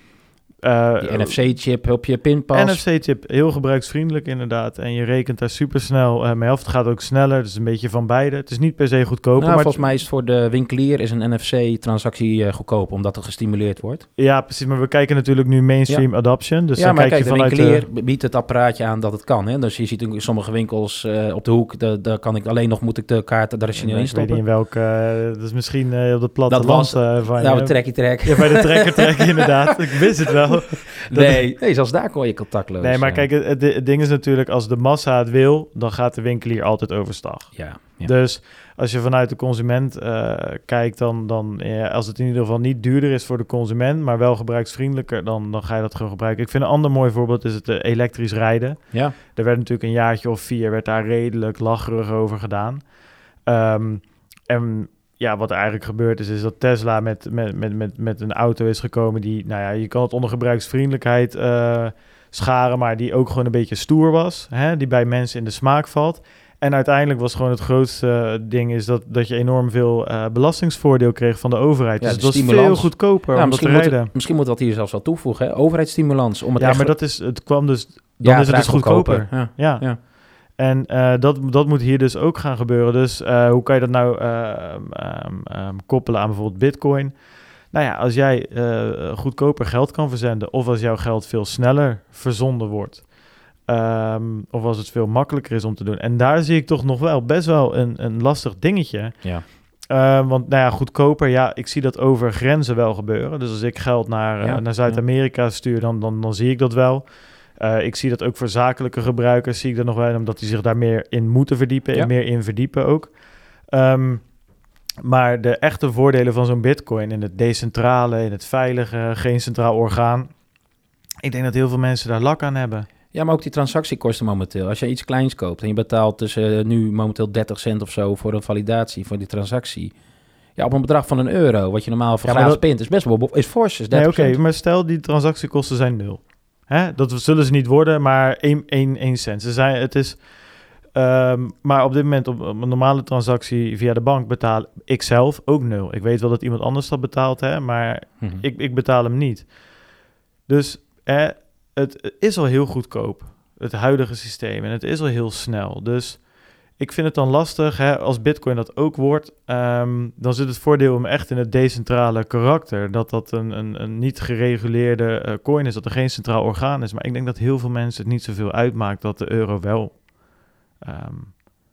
uh, Die N F C-chip op je pinpas. N F C-chip, heel gebruiksvriendelijk inderdaad. En je rekent daar supersnel uh, mee af. Het gaat ook sneller, dus een beetje van beide. Het is niet per se goedkoper. Nou, maar volgens mij is het voor de winkelier is een N F C-transactie uh, goedkoop, omdat het gestimuleerd wordt. Ja, precies. Maar we kijken natuurlijk nu mainstream ja. adoption. Dus ja, dan maar kijk kijk, je de vanuit winkelier de... biedt het apparaatje aan dat het kan. Hè? Dus je ziet in sommige winkels uh, op de hoek, de, de kan ik alleen nog moet ik de kaart traditioneel instoppen. Ik weet niet in welke... Uh, dat is misschien uh, op de platteland uh, van nou, je. de trekkie trek. Ja, bij de trekker trek inderdaad. Ik wist het wel. Nee, nee, zelfs daar kon je contactloos. Nee, maar kijk, het, het ding is natuurlijk, als de massa het wil, dan gaat de winkelier altijd overstag. Ja, ja. Dus als je vanuit de consument uh, kijkt, dan, dan ja, als het in ieder geval niet duurder is voor de consument, maar wel gebruiksvriendelijker, dan, dan ga je dat gewoon gebruiken. Ik vind een ander mooi voorbeeld is het uh, elektrisch rijden. Ja. Er werd natuurlijk een jaartje of vier, werd daar redelijk lacherig over gedaan. Um, en ja, wat er eigenlijk gebeurd is, is dat Tesla met, met, met, met, met een auto is gekomen die, nou ja, je kan het onder gebruiksvriendelijkheid uh, scharen, maar die ook gewoon een beetje stoer was, hè, die bij mensen in de smaak valt. En uiteindelijk was gewoon het grootste uh, ding is dat, dat je enorm veel uh, belastingsvoordeel kreeg van de overheid. Ja, dus het was stimulans. veel goedkoper ja, om dat te moet rijden. Het, misschien moet dat hier zelfs wel toevoegen, hè? Overheidsstimulans. Om het ja, echt... maar dat is, het kwam dus, dan ja, is het dus goedkoper. goedkoper. Ja. Ja. ja. En uh, dat, dat moet hier dus ook gaan gebeuren. Dus uh, hoe kan je dat nou uh, um, um, koppelen aan bijvoorbeeld Bitcoin? Nou ja, als jij uh, goedkoper geld kan verzenden, of als jouw geld veel sneller verzonden wordt, um, of als het veel makkelijker is om te doen. En daar zie ik toch nog wel best wel een, een lastig dingetje. Ja. Uh, want nou ja, goedkoper, ja, ik zie dat over grenzen wel gebeuren. Dus als ik geld naar, uh, ja, naar Zuid-Amerika ja. stuur, dan, dan, dan zie ik dat wel. Uh, ik zie dat ook voor zakelijke gebruikers, zie ik dat nog wel, omdat die zich daar meer in moeten verdiepen en ja. meer in verdiepen ook. Um, maar de echte voordelen van zo'n Bitcoin in het decentrale, in het veilige, geen centraal orgaan, ik denk dat heel veel mensen daar lak aan hebben. Ja, maar ook die transactiekosten momenteel. Als je iets kleins koopt en je betaalt tussen uh, nu momenteel dertig cent of zo voor een validatie, voor die transactie. Ja, op een bedrag van een euro, wat je normaal voor ja, gratis pint, is best wel is fors. Is nee, oké, okay, maar stel die transactiekosten zijn nul. Hè? Dat zullen ze niet worden, maar één cent. Ze zijn, het is, um, maar op dit moment op, op een normale transactie via de bank betaal ik zelf ook nul. Ik weet wel dat iemand anders dat betaalt, hè, maar mm-hmm. ik, ik betaal hem niet. Dus eh, het is al heel goedkoop, het huidige systeem. En het is al heel snel. Dus ik vind het dan lastig, hè, als Bitcoin dat ook wordt, um, dan zit het voordeel hem echt in het decentrale karakter. Dat dat een, een, een niet gereguleerde uh, coin is, dat er geen centraal orgaan is. Maar ik denk dat heel veel mensen het niet zoveel uitmaakt dat de euro wel um,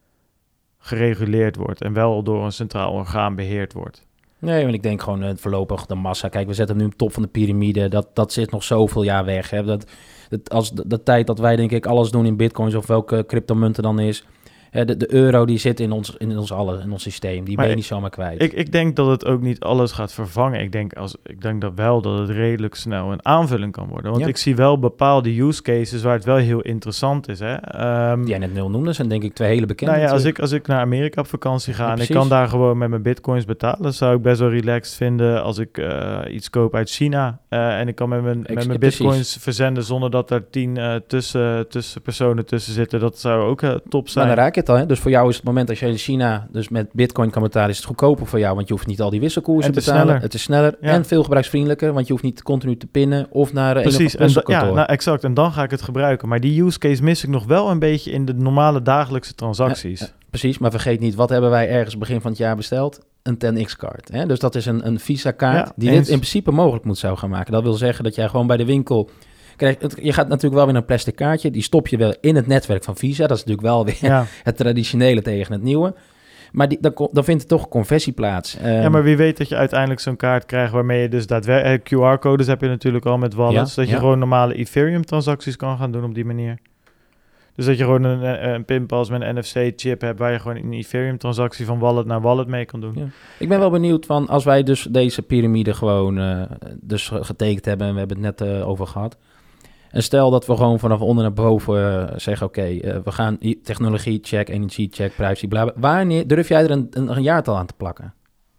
gereguleerd wordt en wel door een centraal orgaan beheerd wordt. Nee, want ik denk gewoon uh, voorlopig de massa. Kijk, we zetten hem nu op top van de piramide. Dat, dat zit nog zoveel jaar weg. Hè. Dat, dat, als de, de tijd dat wij denk ik alles doen in bitcoins of welke cryptomunten dan is. Uh, de, de euro die zit in ons, in ons allen, in ons systeem. Die maar ben je ik, niet zomaar kwijt. Ik, ik denk dat het ook niet alles gaat vervangen. Ik denk, als, ik denk dat wel dat het redelijk snel een aanvulling kan worden. Want ja. ik zie wel bepaalde use cases waar het wel heel interessant is. Hè? Um, Die jij net nul noemde, zijn denk ik twee hele bekende. Nou ja, als ik, als ik naar Amerika op vakantie ga ja, en precies. ik kan daar gewoon met mijn bitcoins betalen, zou ik best wel relaxed vinden als ik uh, iets koop uit China. Uh, en ik kan met mijn, ik, met mijn bitcoins precies. verzenden zonder dat er tien uh, tussen, tussen personen tussen zitten. Dat zou ook uh, top zijn. Maar dan raak je het al. Hè? Dus voor jou is het moment als je in China dus met bitcoin kan betalen, is het goedkoper voor jou. Want je hoeft niet al die wisselkoersen te betalen. Sneller. Het is sneller ja. en veel gebruiksvriendelijker. Want je hoeft niet continu te pinnen of naar een Precies. En da- ja, nou, exact. En dan ga ik het gebruiken. Maar die use case mis ik nog wel een beetje in de normale dagelijkse transacties. Ja, ja, precies. Maar vergeet niet, wat hebben wij ergens begin van het jaar besteld? Een ten x-kaart. Hè? Dus dat is een, een Visa-kaart ja, die eens. dit in principe mogelijk moet zou gaan maken. Dat wil zeggen dat jij gewoon bij de winkel... Krijg, je gaat natuurlijk wel weer een plastic kaartje. Die stop je wel in het netwerk van Visa. Dat is natuurlijk wel weer ja. het traditionele tegen het nieuwe. Maar die, dan, dan vindt er toch conversie plaats. Um, ja, maar wie weet dat je uiteindelijk zo'n kaart krijgt waarmee je dus daadwerkelijk... Q R-codes heb je natuurlijk al met wallets. Ja, dat je ja. gewoon normale Ethereum-transacties kan gaan doen op die manier. Dus dat je gewoon een, een pinpas met een N F C-chip hebt... waar je gewoon een Ethereum-transactie van wallet naar wallet mee kan doen. Ja. Ik ben wel benieuwd van als wij dus deze piramide gewoon uh, dus getekend hebben... en we hebben het net uh, over gehad... En stel dat we gewoon vanaf onder naar boven uh, zeggen... oké, okay, uh, we gaan technologie check, energie check, privacy, bla, bla. Wanneer durf jij er een, een, een jaartal aan te plakken?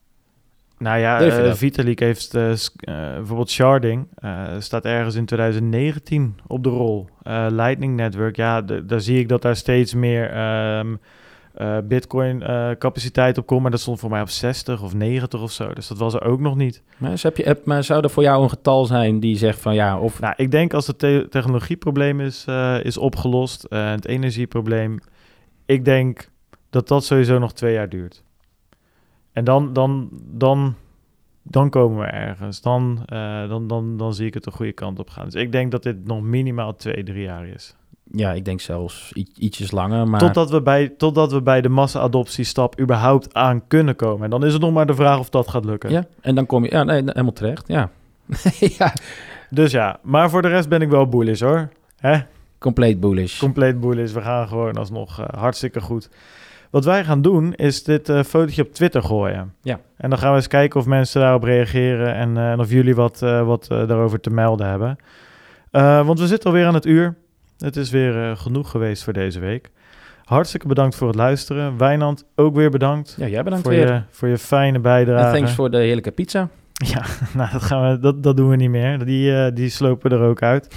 Nou ja, uh, Vitalik heeft uh, uh, bijvoorbeeld sharding... Uh, staat ergens in twintig negentien op de rol. Uh, Lightning Network, ja, d- daar zie ik dat daar steeds meer... Um, Uh, Bitcoin uh, capaciteit op komt, maar dat stond voor mij op zestig of negentig of zo. Dus dat was er ook nog niet. Maar, dus heb je, maar zou er voor jou een getal zijn die zegt van ja, of... Nou, ik denk als het te- technologieprobleem is, uh, is opgelost, uh, het energieprobleem, ik denk dat dat sowieso nog twee jaar duurt. En dan, dan, dan, dan komen we ergens. Dan, uh, dan, dan, dan zie ik het de goede kant op gaan. Dus ik denk dat dit nog minimaal twee, drie jaar is. Ja, ik denk zelfs i- ietsjes langer, maar... Totdat we bij, totdat we bij de massa-adoptiestap überhaupt aan kunnen komen. En dan is het nog maar de vraag of dat gaat lukken. Ja, en dan kom je... Ja, nee, helemaal terecht, ja. ja. Dus ja, maar voor de rest ben ik wel bullish, hoor. Hè? Compleet bullish. Compleet bullish. We gaan gewoon alsnog uh, hartstikke goed. Wat wij gaan doen, is dit uh, fotootje op Twitter gooien. Ja. En dan gaan we eens kijken of mensen daarop reageren... en, uh, en of jullie wat, uh, wat uh, daarover te melden hebben. Uh, want we zitten alweer aan het uur... Het is weer uh, genoeg geweest voor deze week. Hartstikke bedankt voor het luisteren. Wijnand, ook weer bedankt. Ja, jij bedankt voor weer. Je, voor je fijne bijdrage. En thanks voor de heerlijke pizza. Ja, nou, dat, gaan we, dat, dat doen we niet meer. Die, uh, die slopen er ook uit.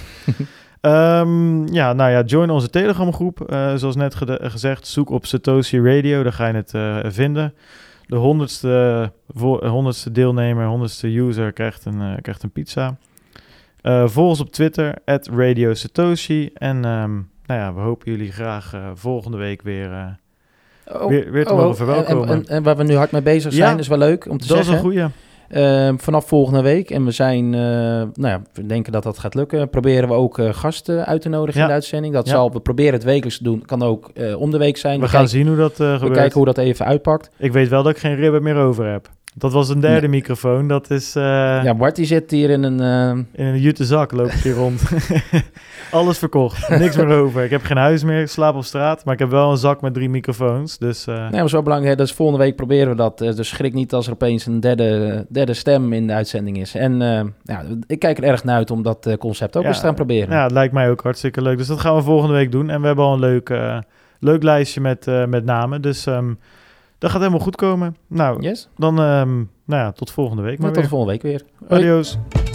um, ja, nou ja, join onze Telegram groep. Uh, zoals net ge- gezegd, zoek op Satoshi Radio. Daar ga je het uh, vinden. De honderdste, vo- honderdste deelnemer, honderdste user krijgt een, uh, krijgt een pizza. Uh, volg ons op Twitter, at Radio Satoshi. En um, nou ja, we hopen jullie graag uh, volgende week weer, uh, oh, weer, weer te oh, mogen oh. verwelkomen. En, en, en waar we nu hard mee bezig zijn, ja, is wel leuk om te dat zeggen. Dat is een goeie. Uh, vanaf volgende week, en we zijn, uh, nou ja, we denken dat dat gaat lukken, proberen we ook uh, gasten uit te nodigen, ja, in de uitzending. Dat ja. zal, we proberen het wekelijks te doen, kan ook uh, om de week zijn. We, we gaan kijken, zien hoe dat uh, gebeurt. We kijken hoe dat even uitpakt. Ik weet wel dat ik geen ribben meer over heb. Dat was een derde nee. microfoon. Dat is... Uh, ja, Bart die zit hier in een... Uh... In een jute zak loop ik hier rond. Alles verkocht. Niks meer over. Ik heb geen huis meer. Ik slaap op straat. Maar ik heb wel een zak met drie microfoons. Dus, uh... nee, maar zo belangrijk. Dus volgende week proberen we dat. Dus schrik niet als er opeens een derde, derde stem in de uitzending is. En uh, ja, ik kijk er erg naar uit om dat concept ook ja, eens te gaan proberen. Ja, het lijkt mij ook hartstikke leuk. Dus dat gaan we volgende week doen. En we hebben al een leuk, uh, leuk lijstje met, uh, met namen. Dus... Um, dat gaat helemaal goed komen. Nou, yes. dan um, nou ja, tot volgende week. Maar tot weer. volgende week weer. Adios.